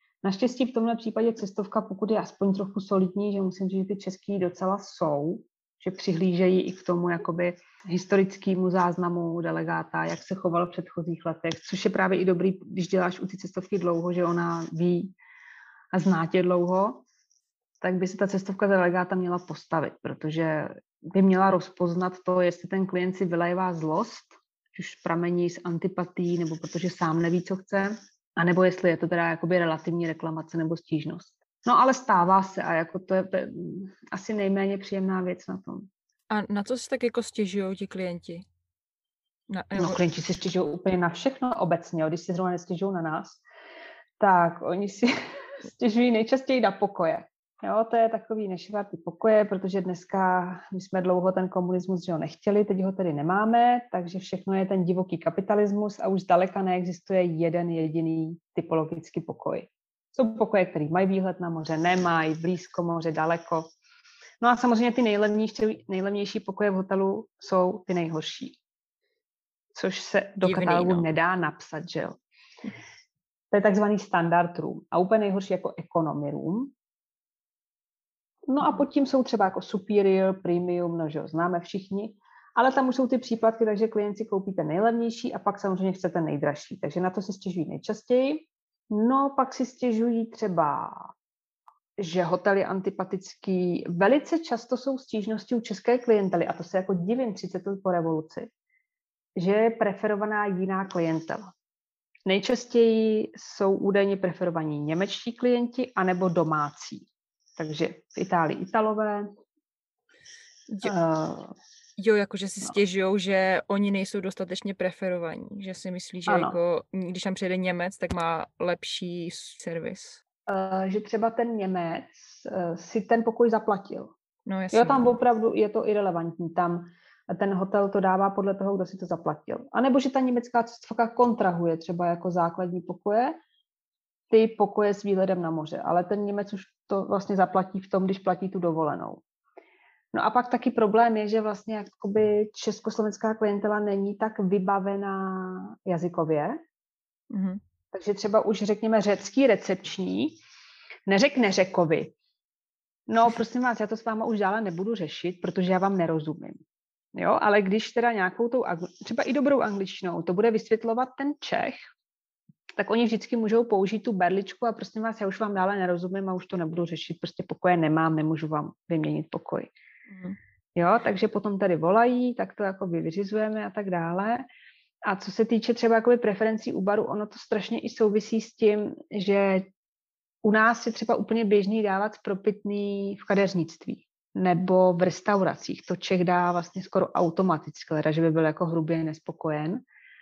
Naštěstí v tomhle případě cestovka, pokud je aspoň trochu solidní, že musím říct, že ty český docela jsou, že přihlížejí i k tomu jakoby historickému záznamu delegáta, jak se choval v předchozích letech, což je právě i dobrý, když děláš u ty cestovky dlouho, že ona ví a zná tě dlouho, tak by se ta cestovka delegáta měla postavit, protože by měla rozpoznat to, jestli ten klient si vylejvá zlost, už pramení z antipatí, nebo protože sám neví, co chce, anebo jestli je to teda jakoby relativní reklamace nebo stížnost. No ale stává se a jako to je, to je asi nejméně příjemná věc na tom. A na co si tak jako stěžují ti klienti? Na, nebo... No klienti si stěžují úplně na všechno obecně, když si zrovna nestěžují na nás, tak oni si stěžují nejčastěji na pokoje. Jo, to je takový nešvar ty pokoje, protože dneska my jsme dlouho ten komunismus že ho nechtěli, teď ho tedy nemáme, takže všechno je ten divoký kapitalismus a už zdaleka neexistuje jeden jediný typologický pokoj. Jsou pokoje, které mají výhled na moře, nemají, blízko moře, daleko. No a samozřejmě ty nejlevnější, nejlevnější pokoje v hotelu jsou ty nejhorší, což se do Divný, katalogu no. nedá napsat, že jo. To je takzvaný standard room a úplně nejhorší jako economy room. No a pod tím jsou třeba jako superior, premium, no že jo, známe všichni, ale tam už jsou ty příplatky, takže klient si koupí ten nejlevnější a pak samozřejmě chce ten nejdražší, takže na to se stěžují nejčastěji. No pak si stěžují třeba, že hotel je antipatický. Velice často jsou stížnosti u české klientely, a to se jako divím třicet let po revoluci, že je preferovaná jiná klientela. Nejčastěji jsou údajně preferovaní němečtí klienti anebo domácí. Takže v Itálii Italové. Jo, uh, jo jakože si no. stěžujou, že oni nejsou dostatečně preferovaní. Že si myslí, že jako, když tam přijede Němec, tak má lepší servis. Uh, že třeba ten Němec uh, si ten pokoj zaplatil. No, jasně. Jo, tam opravdu je to irelevantní. Tam ten hotel to dává podle toho, kdo si to zaplatil. A nebo že ta německá cestovka kontrahuje třeba jako základní pokoje, ty pokoje s výhledem na moře, ale ten Němec už to vlastně zaplatí v tom, když platí tu dovolenou. No a pak taky problém je, že vlastně jakoby československá klientela není tak vybavená jazykově, mm-hmm. takže třeba už řekněme řecký recepční neřekne Řekovi, no prosím vás, já to s váma už dále nebudu řešit, protože já vám nerozumím. Jo, ale když teda nějakou tou, třeba i dobrou angličtinou, to bude vysvětlovat ten Čech, tak oni vždycky můžou použít tu berličku a prosím vás, já už vám dále nerozumím a už to nebudu řešit, prostě pokoje nemám, nemůžu vám vyměnit pokoj. Mm. Jo, takže potom tady volají, tak to jako vyřizujeme a tak dále. A co se týče třeba jakoby preferencí u baru, ono to strašně i souvisí s tím, že u nás je třeba úplně běžný dávat propitný v kadeřnictví nebo v restauracích. To Čech dá vlastně skoro automaticky, teda, že by byl jako hrubě nespokojen.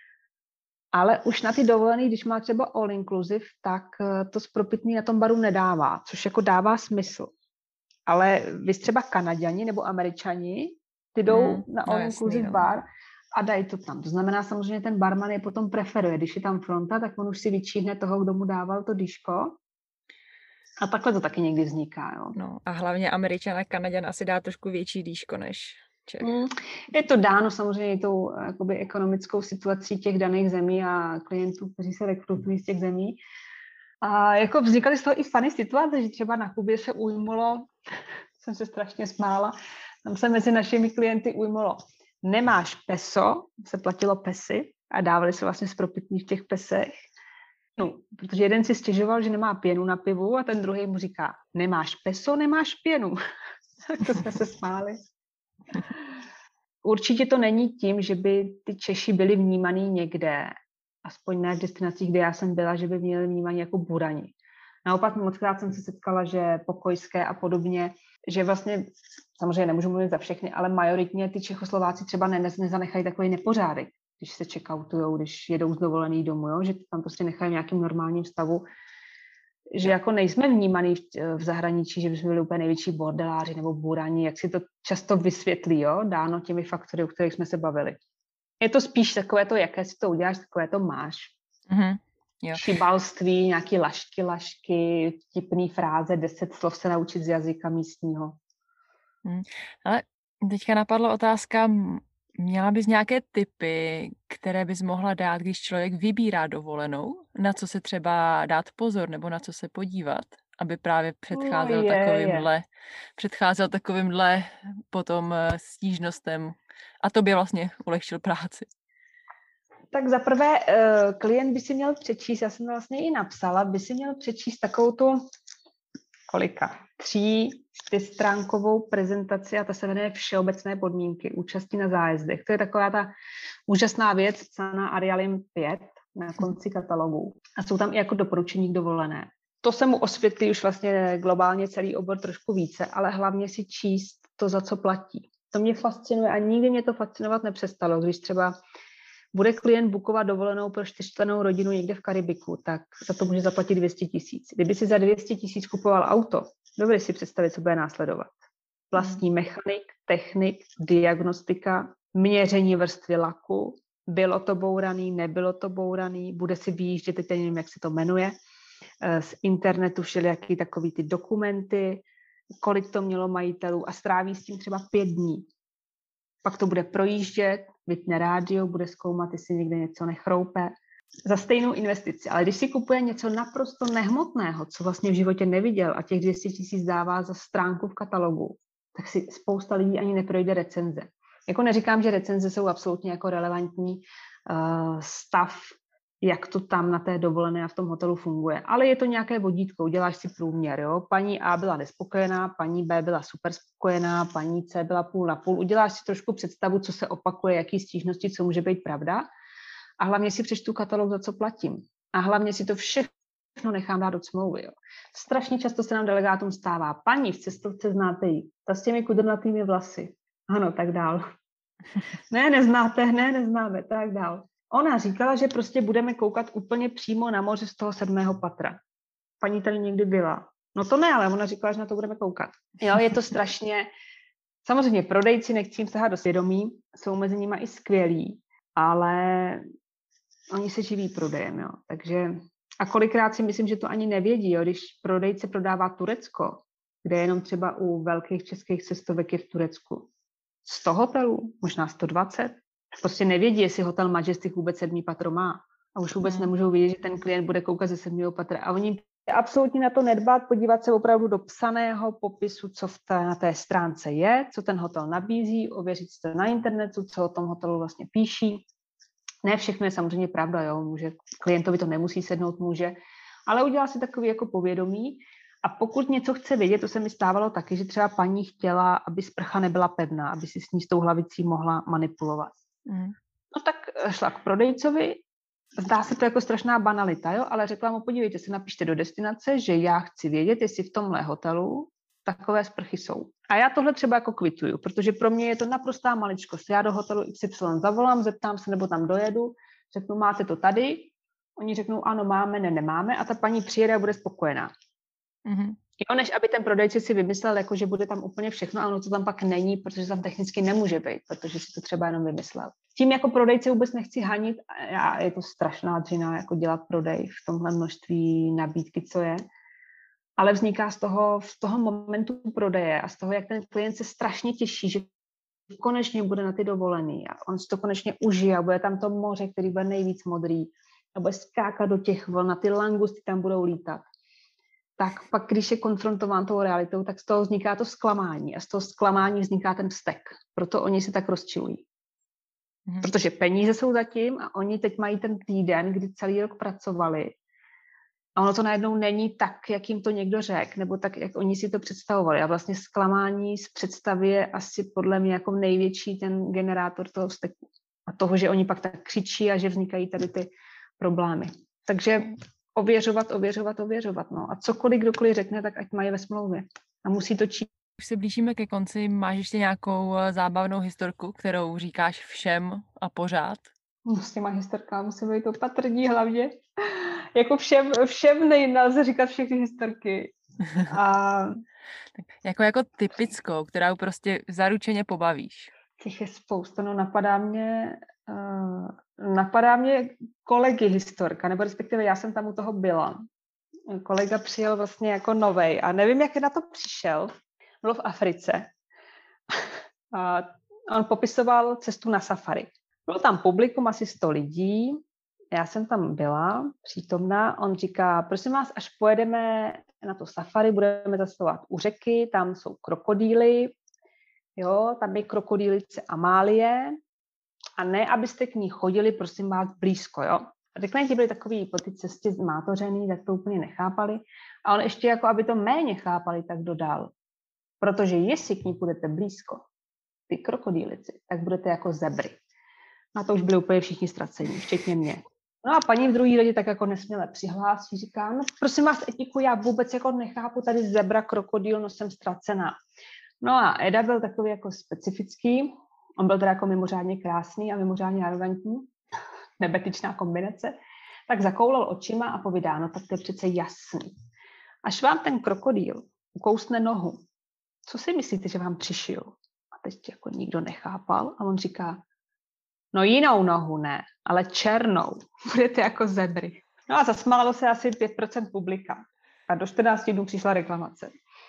Ale už na ty dovolený, když má třeba all inclusive, tak to spropitný na tom baru nedává, což jako dává smysl. Ale vy třeba Kanaďani nebo Američani, ty jdou mm, na all no inclusive jasný, bar a dají to tam. To znamená samozřejmě ten barman je potom preferuje. Když je tam fronta, tak on už si vyčíhne toho, kdo mu dával to dýško. A takhle to taky někdy vzniká. Jo. No a hlavně Američan a Kanaďan asi dá trošku větší dýško než Čech. Mm, je to dáno samozřejmě tou jakoby, ekonomickou situací těch daných zemí a klientů, kteří se rekrutují z těch zemí. A jako vznikaly z toho i funny situace, že třeba na Kubě se ujmulo, jsem se strašně smála, tam se mezi našimi klienty ujmulo, nemáš peso, se platilo pesy a dávali se vlastně spropitní v těch pesech. No, protože jeden si stěžoval, že nemá pěnu na pivu a ten druhý mu říká, nemáš peso, nemáš pěnu. To jsme se smáli. Určitě to není tím, že by ty Češi byli vnímaný někde, aspoň ne v destinacích, kde já jsem byla, že by měli vnímaní jako burani. Naopak mockrát jsem se setkala, že pokojské a podobně, že vlastně, samozřejmě nemůžu mluvit za všechny, ale majoritně ty Čechoslováci třeba ne, nezanechají takový nepořádek, když se checkoutujou, když jedou z dovolený domů, jo? Že tam prostě nechají v nějakým normálním stavu, že jako nejsme vnímaný v, v zahraničí, že bychom byli úplně největší bordeláři nebo burani, jak si to často vysvětlí, jo? Dáno těmi faktory, o kterých jsme se bavili. Je to spíš takové to, jaké si to uděláš, takové to máš. Mm-hmm. Jo. Šibalství, nějaký lašky, lašky, tipný fráze, deset slov se naučit z jazyka místního. Hmm. Ale teďka napadla otázka, měla bys nějaké tipy, které bys mohla dát, když člověk vybírá dovolenou, na co se třeba dát pozor nebo na co se podívat, aby právě No předcházel je, je. takovýmhle, předcházel takovýmhle potom stížnostem a tobě vlastně ulehčil práci. Tak zaprvé klient by si měl přečíst, já jsem to vlastně i napsala, by si měl přečíst takovou tu, kolika, tří stránkovou prezentaci a ta se jmenuje Všeobecné podmínky účasti na zájezdech. To je taková ta úžasná věc, psaná Arialem pět na konci katalogu. A jsou tam i jako doporučení k dovolené. To se mu osvětlí už vlastně globálně celý obor trošku více, ale hlavně si číst to, za co platí. To mě fascinuje a nikdy mě to fascinovat nepřestalo, když třeba bude klient bukovat dovolenou pro čtyřčlennou rodinu někde v Karibiku, tak za to může zaplatit dvě stě tisíc. Kdyby si za dvě stě tisíc kupoval auto, dovedeš si představit, co bude následovat. Vlastní mechanik, technik, diagnostika, měření vrstvy laku, bylo to bouraný, nebylo to bouraný, bude si vyjíždět, teď nevím, jak se to jmenuje, z internetu všelijaký takový ty dokumenty, kolik to mělo majitelů a stráví s tím třeba pět dní. Pak to bude projíždět, vypne rádio, bude zkoumat, jestli někde něco nechroupe. Za stejnou investici. Ale když si kupuje něco naprosto nehmotného, co vlastně v životě neviděl a těch dvě stě tisíc dává za stránku v katalogu, tak si spousta lidí ani neprojde recenze. Jako neříkám, že recenze jsou absolutně jako relevantní uh, stav, jak to tam na té dovolené a v tom hotelu funguje. Ale je to nějaké vodítko, uděláš si průměr. Jo? Paní A byla nespokojená, paní B byla super spokojená, paní C byla půl na půl. Uděláš si trošku představu, co se opakuje, jaký stížnosti, co může být pravda. A hlavně si přečtu katalog, za co platím. A hlavně si to všechno nechám dát do smlouvy. Jo? Strašně často se nám delegátům stává. Paní v cestovce znáte jí, ta s těmi kudrnatými vlasy. Ano, tak dál. Ne, neznáte, ne, neznáme, tak dál. Ona říkala, že prostě budeme koukat úplně přímo na moře z toho sedmého patra. Paní tady někdy byla. No to ne, ale ona říkala, že na to budeme koukat. Jo, je to strašně... Samozřejmě prodejci, nechci jim sahat do svědomí, jsou mezi nimi i skvělí, ale oni se živí prodejem, jo. Takže... A kolikrát si myslím, že to ani nevědí, jo. Když prodejce prodává Turecko, kde jenom třeba u velkých českých cestovek je v Turecku sto hotelů, možná sto dvacet, prostě nevědí, jestli hotel Majestic vůbec sedmý patro má. A už vůbec hmm. nemůžou vědět, že ten klient bude koukat ze sedmého patra. A oni absolutně na to nedbát, podívat se opravdu do psaného popisu, co v té, na té stránce je, co ten hotel nabízí, ověřit si to na internetu, co o tom hotelu vlastně píší. Ne všechno je samozřejmě pravda, jo, může, klientovi to nemusí sednout, může, ale udělá si takový jako povědomí. A pokud něco chce vědět, to se mi stávalo taky, že třeba paní chtěla, aby sprcha nebyla pevná, aby si s ní s tou hlavicí mohla manipulovat. Mm. No tak šla k prodejcovi, zdá se to jako strašná banalita, jo? Ale řekla mu, podívejte se, napište do destinace, že já chci vědět, jestli v tomhle hotelu takové sprchy jsou. A já tohle třeba jako kvituju, protože pro mě je to naprostá maličkost. Já do hotelu iks ypsilon zavolám, zeptám se, nebo tam dojedu, řeknu, máte to tady? Oni řeknou, ano, máme, ne, nemáme a ta paní přijede a bude spokojená. Mm-hmm. Jo, než aby ten prodejce si vymyslel, jako, že bude tam úplně všechno, a ono to tam pak není, protože tam technicky nemůže být, protože si to třeba jenom vymyslel. Tím jako prodejce vůbec nechci hanit, a je to strašná dřina, jako dělat prodej v tomhle množství nabídky, co je, ale vzniká z toho, z toho momentu prodeje a z toho, jak ten klient se strašně těší, že konečně bude na ty dovolený a on si to konečně užije a bude tam to moře, který bude nejvíc modrý a bude skákat do těch vln a ty langusty tam budou lítat. Tak pak, když je konfrontován tou realitou, tak z toho vzniká to zklamání a z toho zklamání vzniká ten vztek. Proto oni se tak rozčilují. Mm. Protože peníze jsou zatím a oni teď mají ten týden, kdy celý rok pracovali a ono to najednou není tak, jak jim to někdo řekl, nebo tak, jak oni si to představovali. A vlastně zklamání z představy je asi podle mě jako největší ten generátor toho vzteku. A toho, že oni pak tak křičí a že vznikají tady ty problémy. Takže ověřovat, ověřovat, ověřovat. No. A cokoliv kdokoliv řekne, tak ať mají ve smlouvě. A musí to číst. Už se blížíme ke konci. Máš ještě nějakou zábavnou historku, kterou říkáš všem a pořád? No, s těma historkami musím být opatrní hlavně. Jako všem, všem nelze říkat všechny historky. A... jako, jako typickou, kterou prostě zaručeně pobavíš. Těch je spousta. No, napadá mě... Uh... Napadá mě kolegy historka, nebo respektive já jsem tam u toho byla. Kolega přijel vlastně jako novej a nevím, jak je na to přišel. Byl v Africe. A on popisoval cestu na safari. Bylo tam publikum asi sto lidí, Já jsem tam byla přítomná, on říká, prosím vás, až pojedeme na to safari, budeme zastavovat u řeky, tam jsou krokodýly, jo, tam je krokodýlice Amálie a ne, abyste k ní chodili, prosím vás, blízko, jo. A ty klienti byli takový po té cestě zmátořený, tak to úplně nechápali. A on ještě jako, aby to méně chápali, tak dodal, protože jestli k ní půjdete blízko, ty krokodýlici, tak budete jako zebry. A to už byli úplně všichni ztracení, včetně mě. No a paní v druhý radě tak jako nesměle přihlásí, říká, no prosím vás, Etiku, já vůbec jako nechápu tady zebra, krokodýl, no jsem ztracená. No a Eda byl takový jako specifický, on byl teda jako mimořádně krásný a mimořádně arrogantní, nebetičná kombinace, tak zakoulal očima a povídá, no tak to je přece jasný. Až vám ten krokodýl ukousne nohu, co si myslíte, že vám přišil? A teď jako nikdo nechápal a on říká, no jinou nohu ne, ale černou. Budete jako zebry. No a zasmálo se asi pět procent publika. A do čtrnácti dnů přišla reklamace.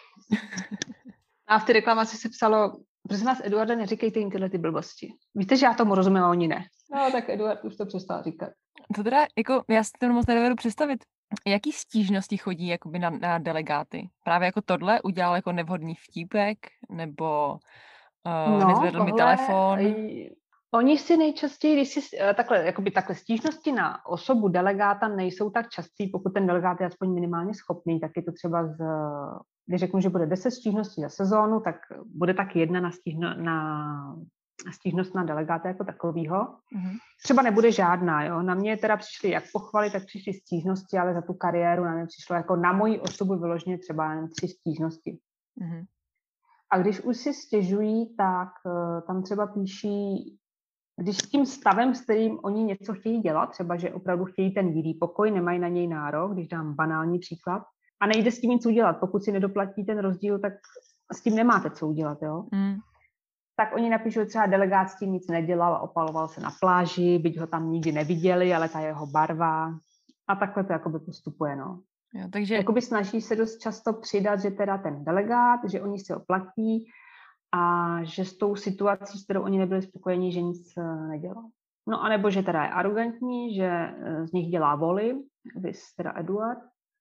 A v té reklamaci se psalo, prosím vás, Eduarde, neříkejte jim tyhle ty blbosti. Víte, že já tomu rozumím a oni ne. No tak Eduard už to přestal říkat. To teda, jako, já si to moc nedovedu představit. Jaký stížnosti chodí jakoby na, na delegáty? Právě jako tohle udělal jako nevhodný vtípek? Nebo uh, no, nezvedl tohle, mi telefon? Oni si nejčastěji, když si takhle, jakoby takhle stížnosti na osobu delegáta nejsou tak častý, pokud ten delegát je aspoň minimálně schopný, tak je to třeba z, když řeknu, že bude deset stížností za sezónu, tak bude tak jedna na, stížno, na stížnost na delegáta jako takovýho. Mm-hmm. Třeba nebude žádná, jo. Na mě teda přišly jak pochvaly, tak přišly stížnosti, ale za tu kariéru na mě přišlo jako na moji osobu vyloženě třeba jen tři stížnosti. Mm-hmm. A když už si stěžují, tak uh, tam třeba píší, když s tím stavem, s kterým oni něco chtějí dělat, třeba, že opravdu chtějí ten bílý pokoj, nemají na něj nárok, když dám banální příklad, a nejde s tím nic udělat. Pokud si nedoplatí ten rozdíl, tak s tím nemáte co udělat, jo? Mm. Tak oni napíšou, že třeba delegát s tím nic nedělal a opaloval se na pláži, byť ho tam nikdy neviděli, ale ta jeho barva. A takhle to jakoby postupuje, no. Jo, takže... Jakoby snaží se dost často přidat, že teda ten delegát, že oni si ho platí, a že s tou situací, s kterou oni nebyli spokojení, že nic nedělal. No a nebo že teda je arrogantní, že z nich dělá voli, vys teda Eduard,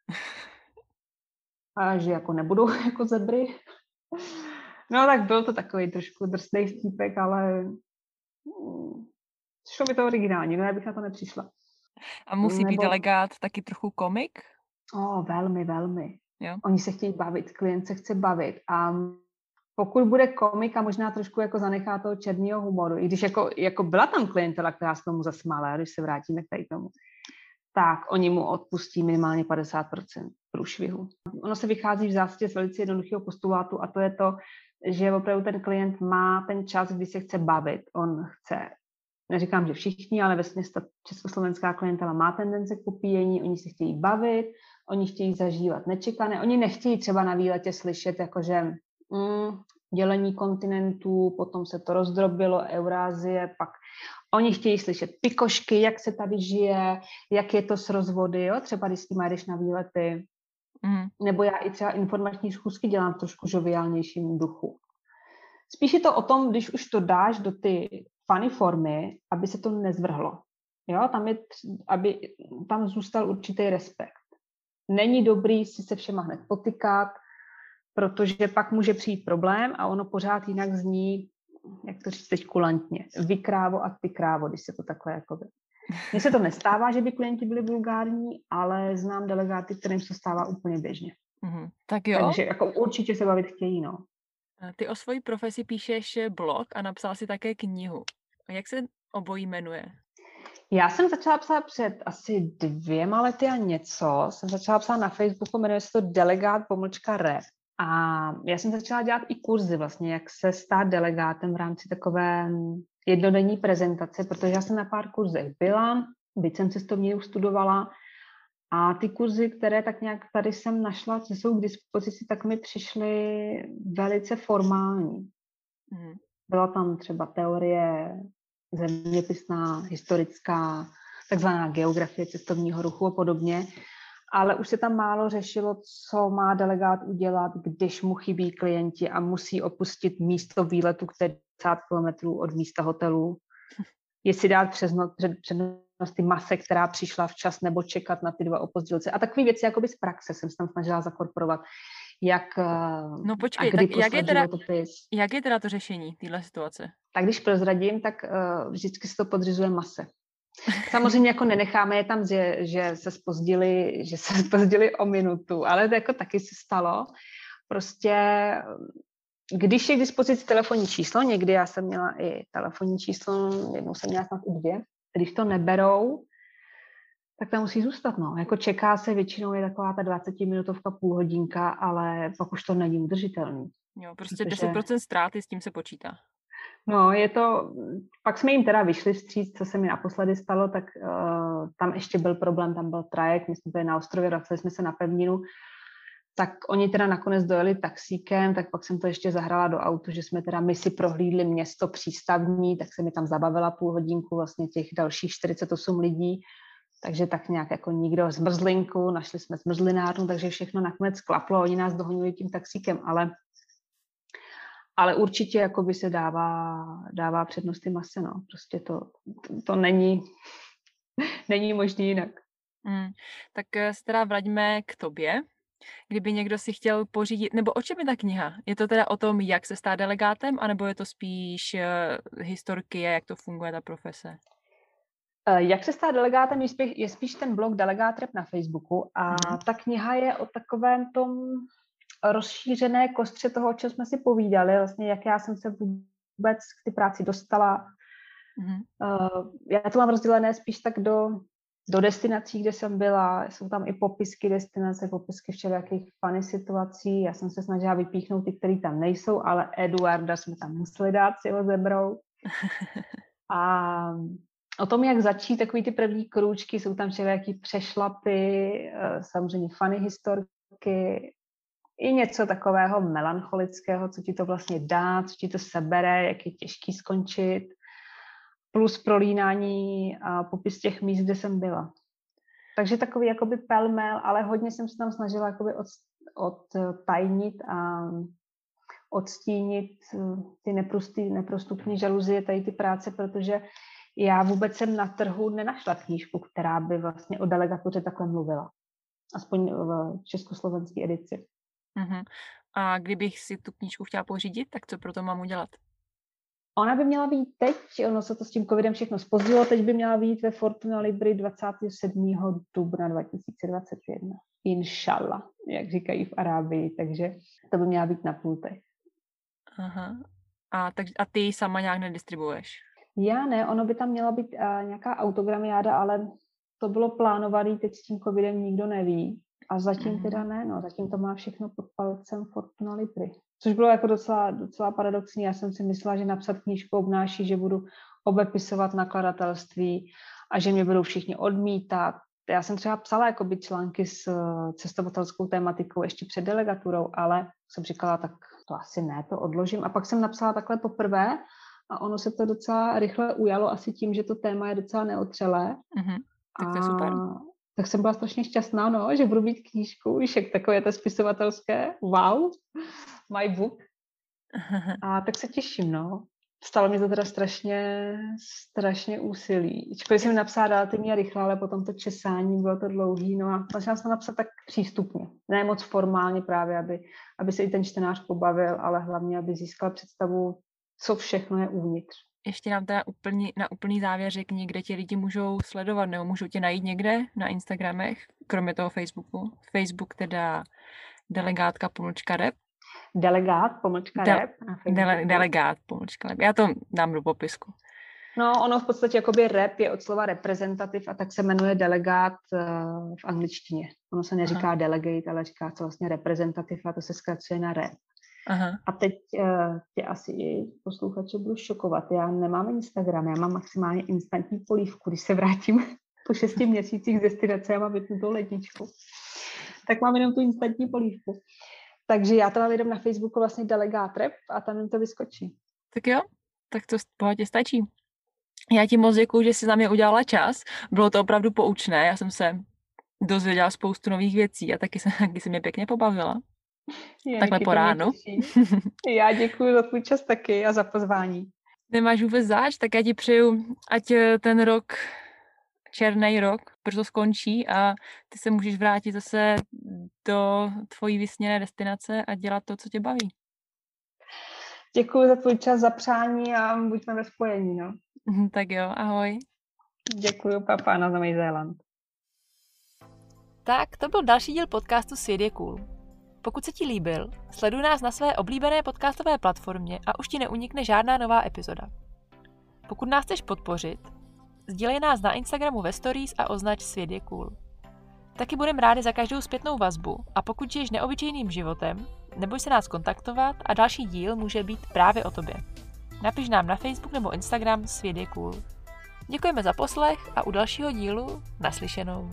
a že jako nebudou jako zebry. No tak byl to takový trošku drsnej vtípek, ale šlo mi to originální, no já bych na to nepřišla. A musí nebo... být delegát taky trochu komik? O, velmi, velmi. Jo. Oni se chtějí bavit, klient se chce bavit a pokud bude komik a možná trošku jako zanechá toho černého humoru, i když jako, jako byla tam klientela, která se tomu zasmála, když se vrátíme k tady tomu, tak oni mu odpustí minimálně padesát procent průšvihu. Ono se vychází v zásadě z velice jednoduchého postulátu a to je to, že opravdu ten klient má ten čas, kdy se chce bavit. On chce, neříkám, že všichni, ale vesměs ta československá klientela má tendence k popíjení, oni se chtějí bavit, oni chtějí zažívat nečekané, oni nechtějí třeba na výletě slyšet, jakože Mm, dělení kontinentů, potom se to rozdrobilo, Eurázie, pak oni chtějí slyšet pikošky, jak se tady žije, jak je to s rozvody, jo? Třeba když s tím jdeš na výlety. Mm. Nebo já i třeba informační schůzky dělám v trošku žoviálnějším duchu. Spíš je to o tom, když už to dáš do ty funny formy, aby se to nezvrhlo. Jo? Tam je, aby tam zůstal určitý respekt. Není dobrý si se všema hned potykat, protože pak může přijít problém a ono pořád jinak zní, jak to říct teď kulantně, vy krávo a ty krávo, když se to takhle jako... Mně se to nestává, že by klienti byli vulgární, ale znám delegáty, kterým se stává úplně běžně. Mm-hmm. Tak jo. Takže jako určitě se bavit chtějí, no. Ty o svojí profesi píšeš blog a napsal si také knihu. A jak se obojí jmenuje? Já jsem začala psát před asi dvěma lety a něco. Jsem začala psát na Facebooku, jmenuje se to Delegát pomlčka rep. A já jsem začala dělat i kurzy vlastně, jak se stát delegátem v rámci takové jednodenní prezentace, protože já jsem na pár kurzech byla, byť jsem cestovní studovala a ty kurzy, které tak nějak tady jsem našla, co jsou k dispozici, tak mi přišly velice formální. Mm. Byla tam třeba teorie zeměpisná, historická, takzvaná geografie cestovního ruchu a podobně. Ale už se tam málo řešilo, co má delegát udělat, když mu chybí klienti a musí opustit místo výletu, které je padesát kilometrů od místa hotelu. Jestli dát přes noc, před, před ty mase, která přišla včas, nebo čekat na ty dva opozdělce. A takové věci jakoby z praxe jsem se tam snažila zakorporovat. Jak, no počkej, a kdy tak jak je, teda, životopis. jak je teda to řešení téhle situace? Tak když prozradím, tak uh, vždycky se to podřizuje mase. Samozřejmě jako nenecháme je tam, že, že se zpozdili, že se zpozdili o minutu, ale to jako taky se stalo. Prostě, když je k dispozici telefonní číslo, někdy já jsem měla i telefonní číslo, jednou jsem měla snad i dvě, když to neberou, tak tam musí zůstat, no. Jako čeká se, většinou je taková ta dvacetiminutovka, půl hodinka, ale pak už to není udržitelný. Jo, prostě protože... deset procent ztráty, s tím se počítá. No, je to, pak jsme jim teda vyšli vstříc, co se mi naposledy stalo, tak uh, tam ještě byl problém, tam byl trajekt, my jsme byli na ostrově, vraceli jsme se na pevninu, tak oni teda nakonec dojeli taxíkem, tak pak jsem to ještě zahrala do autu, že jsme teda my si prohlídli město přístavní, tak se mi tam zabavila půl hodinku, vlastně těch dalších čtyřicet osm lidí, takže tak nějak jako nikdo zmrzlinku, našli jsme zmrzlinárnu, takže všechno nakonec klaplo, oni nás dohonili tím taxíkem, ale Ale určitě jako by se dává, dává přednost ty mase, no. Prostě to, to, to není, není možné jinak. Hmm. Tak se teda vraťme k tobě. Kdyby někdo si chtěl pořídit, nebo o čem je ta kniha? Je to teda o tom, jak se stát delegátem, anebo je to spíš uh, historky, jak to funguje, ta profese? Uh, jak se stát delegátem je spíš, je spíš ten blog Delegát Rep na Facebooku a hmm. ta kniha je o takovém tom rozšířené kostře toho, o čem jsme si povídali, vlastně jak já jsem se vůbec k ty práci dostala. Mm-hmm. Uh, já to mám rozdělené spíš tak do, do destinací, kde jsem byla. Jsou tam i popisky destinace, popisky všelijakých funny situací. Já jsem se snažila vypíchnout ty, které tam nejsou, ale Eduarda jsme tam museli dát s jeho zebrou. A o tom, jak začít, takový ty první krůčky, jsou tam všelijaký přešlapy, samozřejmě funny historky, i něco takového melancholického, co ti to vlastně dá, co ti to sebere, jak je těžký skončit, plus prolínání a popis těch míst, kde jsem byla. Takže takový jakoby pelmel, ale hodně jsem se tam snažila jakoby od, odtajnit a odstínit ty neprostý, neprostupné žaluzie, tady ty práce, protože já vůbec jsem na trhu nenašla knížku, která by vlastně o delegatuře takhle mluvila. Aspoň v československé edici. Uh-huh. A kdybych si tu knížku chtěla pořídit, tak co pro to mám udělat? Ona by měla být teď, ono se to s tím covidem všechno zpozdilo, teď by měla být ve Fortuna Libry dvacátého sedmého dubna dva tisíce dvacet jedna. Inshallah, jak říkají v Arábii, takže to by měla být na pultech. Aha. A, tak, a ty sama nějak nedistribuuješ? Já ne, ono by tam měla být uh, nějaká autogramiáda, ale to bylo plánované, teď s tím covidem nikdo neví. A zatím mm. teda ne, no, zatím to má všechno pod palcem Fortuna Libry. Což bylo jako docela, docela paradoxní. Já jsem si myslela, že napsat knížku obnáší, že budu obepisovat nakladatelství a že mě budou všichni odmítat. Já jsem třeba psala jakoby články s cestovatelskou tématikou ještě před delegaturou, ale jsem říkala, tak to asi ne, to odložím. A pak jsem napsala takhle poprvé a ono se to docela rychle ujalo asi tím, že to téma je docela neotřelé. Mm-hmm. Tak to je super. Tak jsem byla strašně šťastná, no, že budu mít knížku, víš, jak takové to spisovatelské, wow, my book. A tak se těším, no. Stalo mi to teda strašně, strašně úsilí. Čekali jsem napsat relativně a rychle, ale potom to česání, bylo to dlouhý, no a začala jsem napsat tak přístupně. Ne moc formálně právě, aby, aby se i ten čtenář pobavil, ale hlavně, aby získal představu, co všechno je uvnitř. Ještě nám teda úplný, na úplný závěr řekni, kde tě lidi můžou sledovat, nebo můžou tě najít někde na Instagramech, kromě toho Facebooku. Facebook teda delegátka pomlčka rep. Delegát pomlčka De- rep. Dele- delegát pomlčka rep. Já to dám do popisku. No, ono v podstatě jakoby rep je od slova reprezentativ a tak se jmenuje delegát uh, v angličtině. Ono se neříká Aha. delegate, ale říká se vlastně reprezentativ a to se zkracuje na rep. Aha. A teď uh, tě asi i posluchače budu šokovat. Já nemám Instagram, já mám maximálně instantní polívku. Když se vrátím po šesti měsících z destinace, já mám vypnutou ledničku. Tak mám jenom tu instantní polívku. Takže já to mám jenom na Facebooku vlastně delegát rep a tam jim to vyskočí. Tak jo, tak to bohatě stačí. Já ti moc děkuju, že jsi na mě udělala čas. Bylo to opravdu poučné. Já jsem se dozvěděla spoustu nových věcí a taky se, taky se mě pěkně pobavila. Je, takhle po ránu. Já děkuji za tvůj čas taky a za pozvání. Nemáš vůbec zač, tak já ti přeju, ať ten rok černý rok brzo skončí a ty se můžeš vrátit zase do tvojí vysněné destinace a dělat to, co tě baví. Děkuji za tvůj čas, za přání a buďme ve spojení, no. Tak jo, ahoj. Děkuji, papa, na Nový Zéland. Tak, to byl další díl podcastu Svět je cool. Pokud se ti líbil, sleduj nás na své oblíbené podcastové platformě a už ti neunikne žádná nová epizoda. Pokud nás chceš podpořit, sdílej nás na Instagramu ve stories a označ Svět je cool. Taky budeme rádi za každou zpětnou vazbu a pokud žiješ neobyčejným životem, neboj se nás kontaktovat a další díl může být právě o tobě. Napiš nám na Facebook nebo Instagram Svět je cool. Děkujeme za poslech a u dalšího dílu naslyšenou.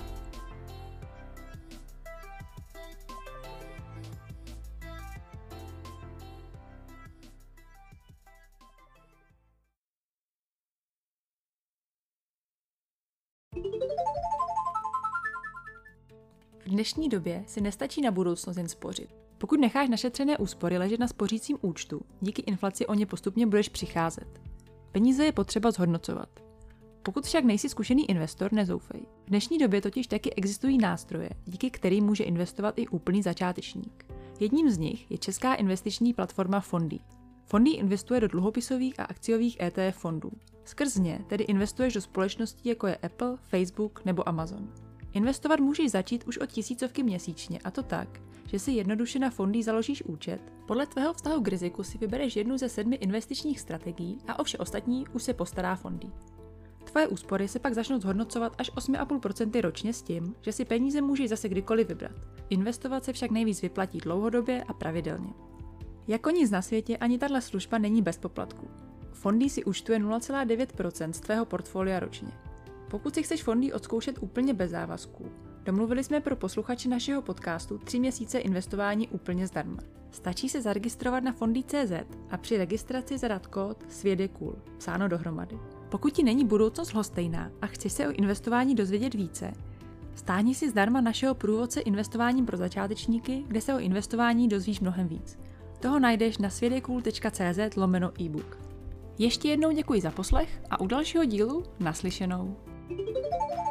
V dnešní době si nestačí na budoucnost jen spořit. Pokud necháš našetřené úspory ležet na spořícím účtu, díky inflaci o ně postupně budeš přicházet. Peníze je potřeba zhodnocovat. Pokud však nejsi zkušený investor, nezoufej. V dnešní době totiž taky existují nástroje, díky kterým může investovat i úplný začátečník. Jedním z nich je česká investiční platforma Fondy. Fondy investuje do dluhopisových a akciových E T F fondů. Skrz ně tedy investuješ do společností jako je Apple, Facebook nebo Amazon. Investovat můžeš začít už od tisícovky měsíčně, a to tak, že si jednoduše na Fondy založíš účet, podle tvého vztahu k riziku si vybereš jednu ze sedmi investičních strategií a o vše ostatní už se postará Fondy. Tvoje úspory se pak začnou zhodnocovat až osm celá pět procenta ročně s tím, že si peníze můžeš zase kdykoliv vybrat. Investovat se však nejvíc vyplatí dlouhodobě a pravidelně. Jako nic na světě ani tato služba není bez poplatku. Fondy si účtuje nula celá devět procenta z tvého portfolia ročně. Pokud si chceš Fondy odzkoušet úplně bez závazků, domluvili jsme pro posluchače našeho podcastu tři měsíce investování úplně zdarma. Stačí se zaregistrovat na fondy tečka cé zet a při registraci zadat kód Svět je cool, psáno dohromady. Pokud ti není budoucnost lhostejná a chceš se o investování dozvědět více, stáhni si zdarma našeho průvodce investováním pro začátečníky, kde se o investování dozvíš mnohem víc. Toho najdeš na světjecool tečka cé zet lomeno e-book. Ještě jednou děkuji za poslech a u dalšího dílu naslyšenou. Thank you.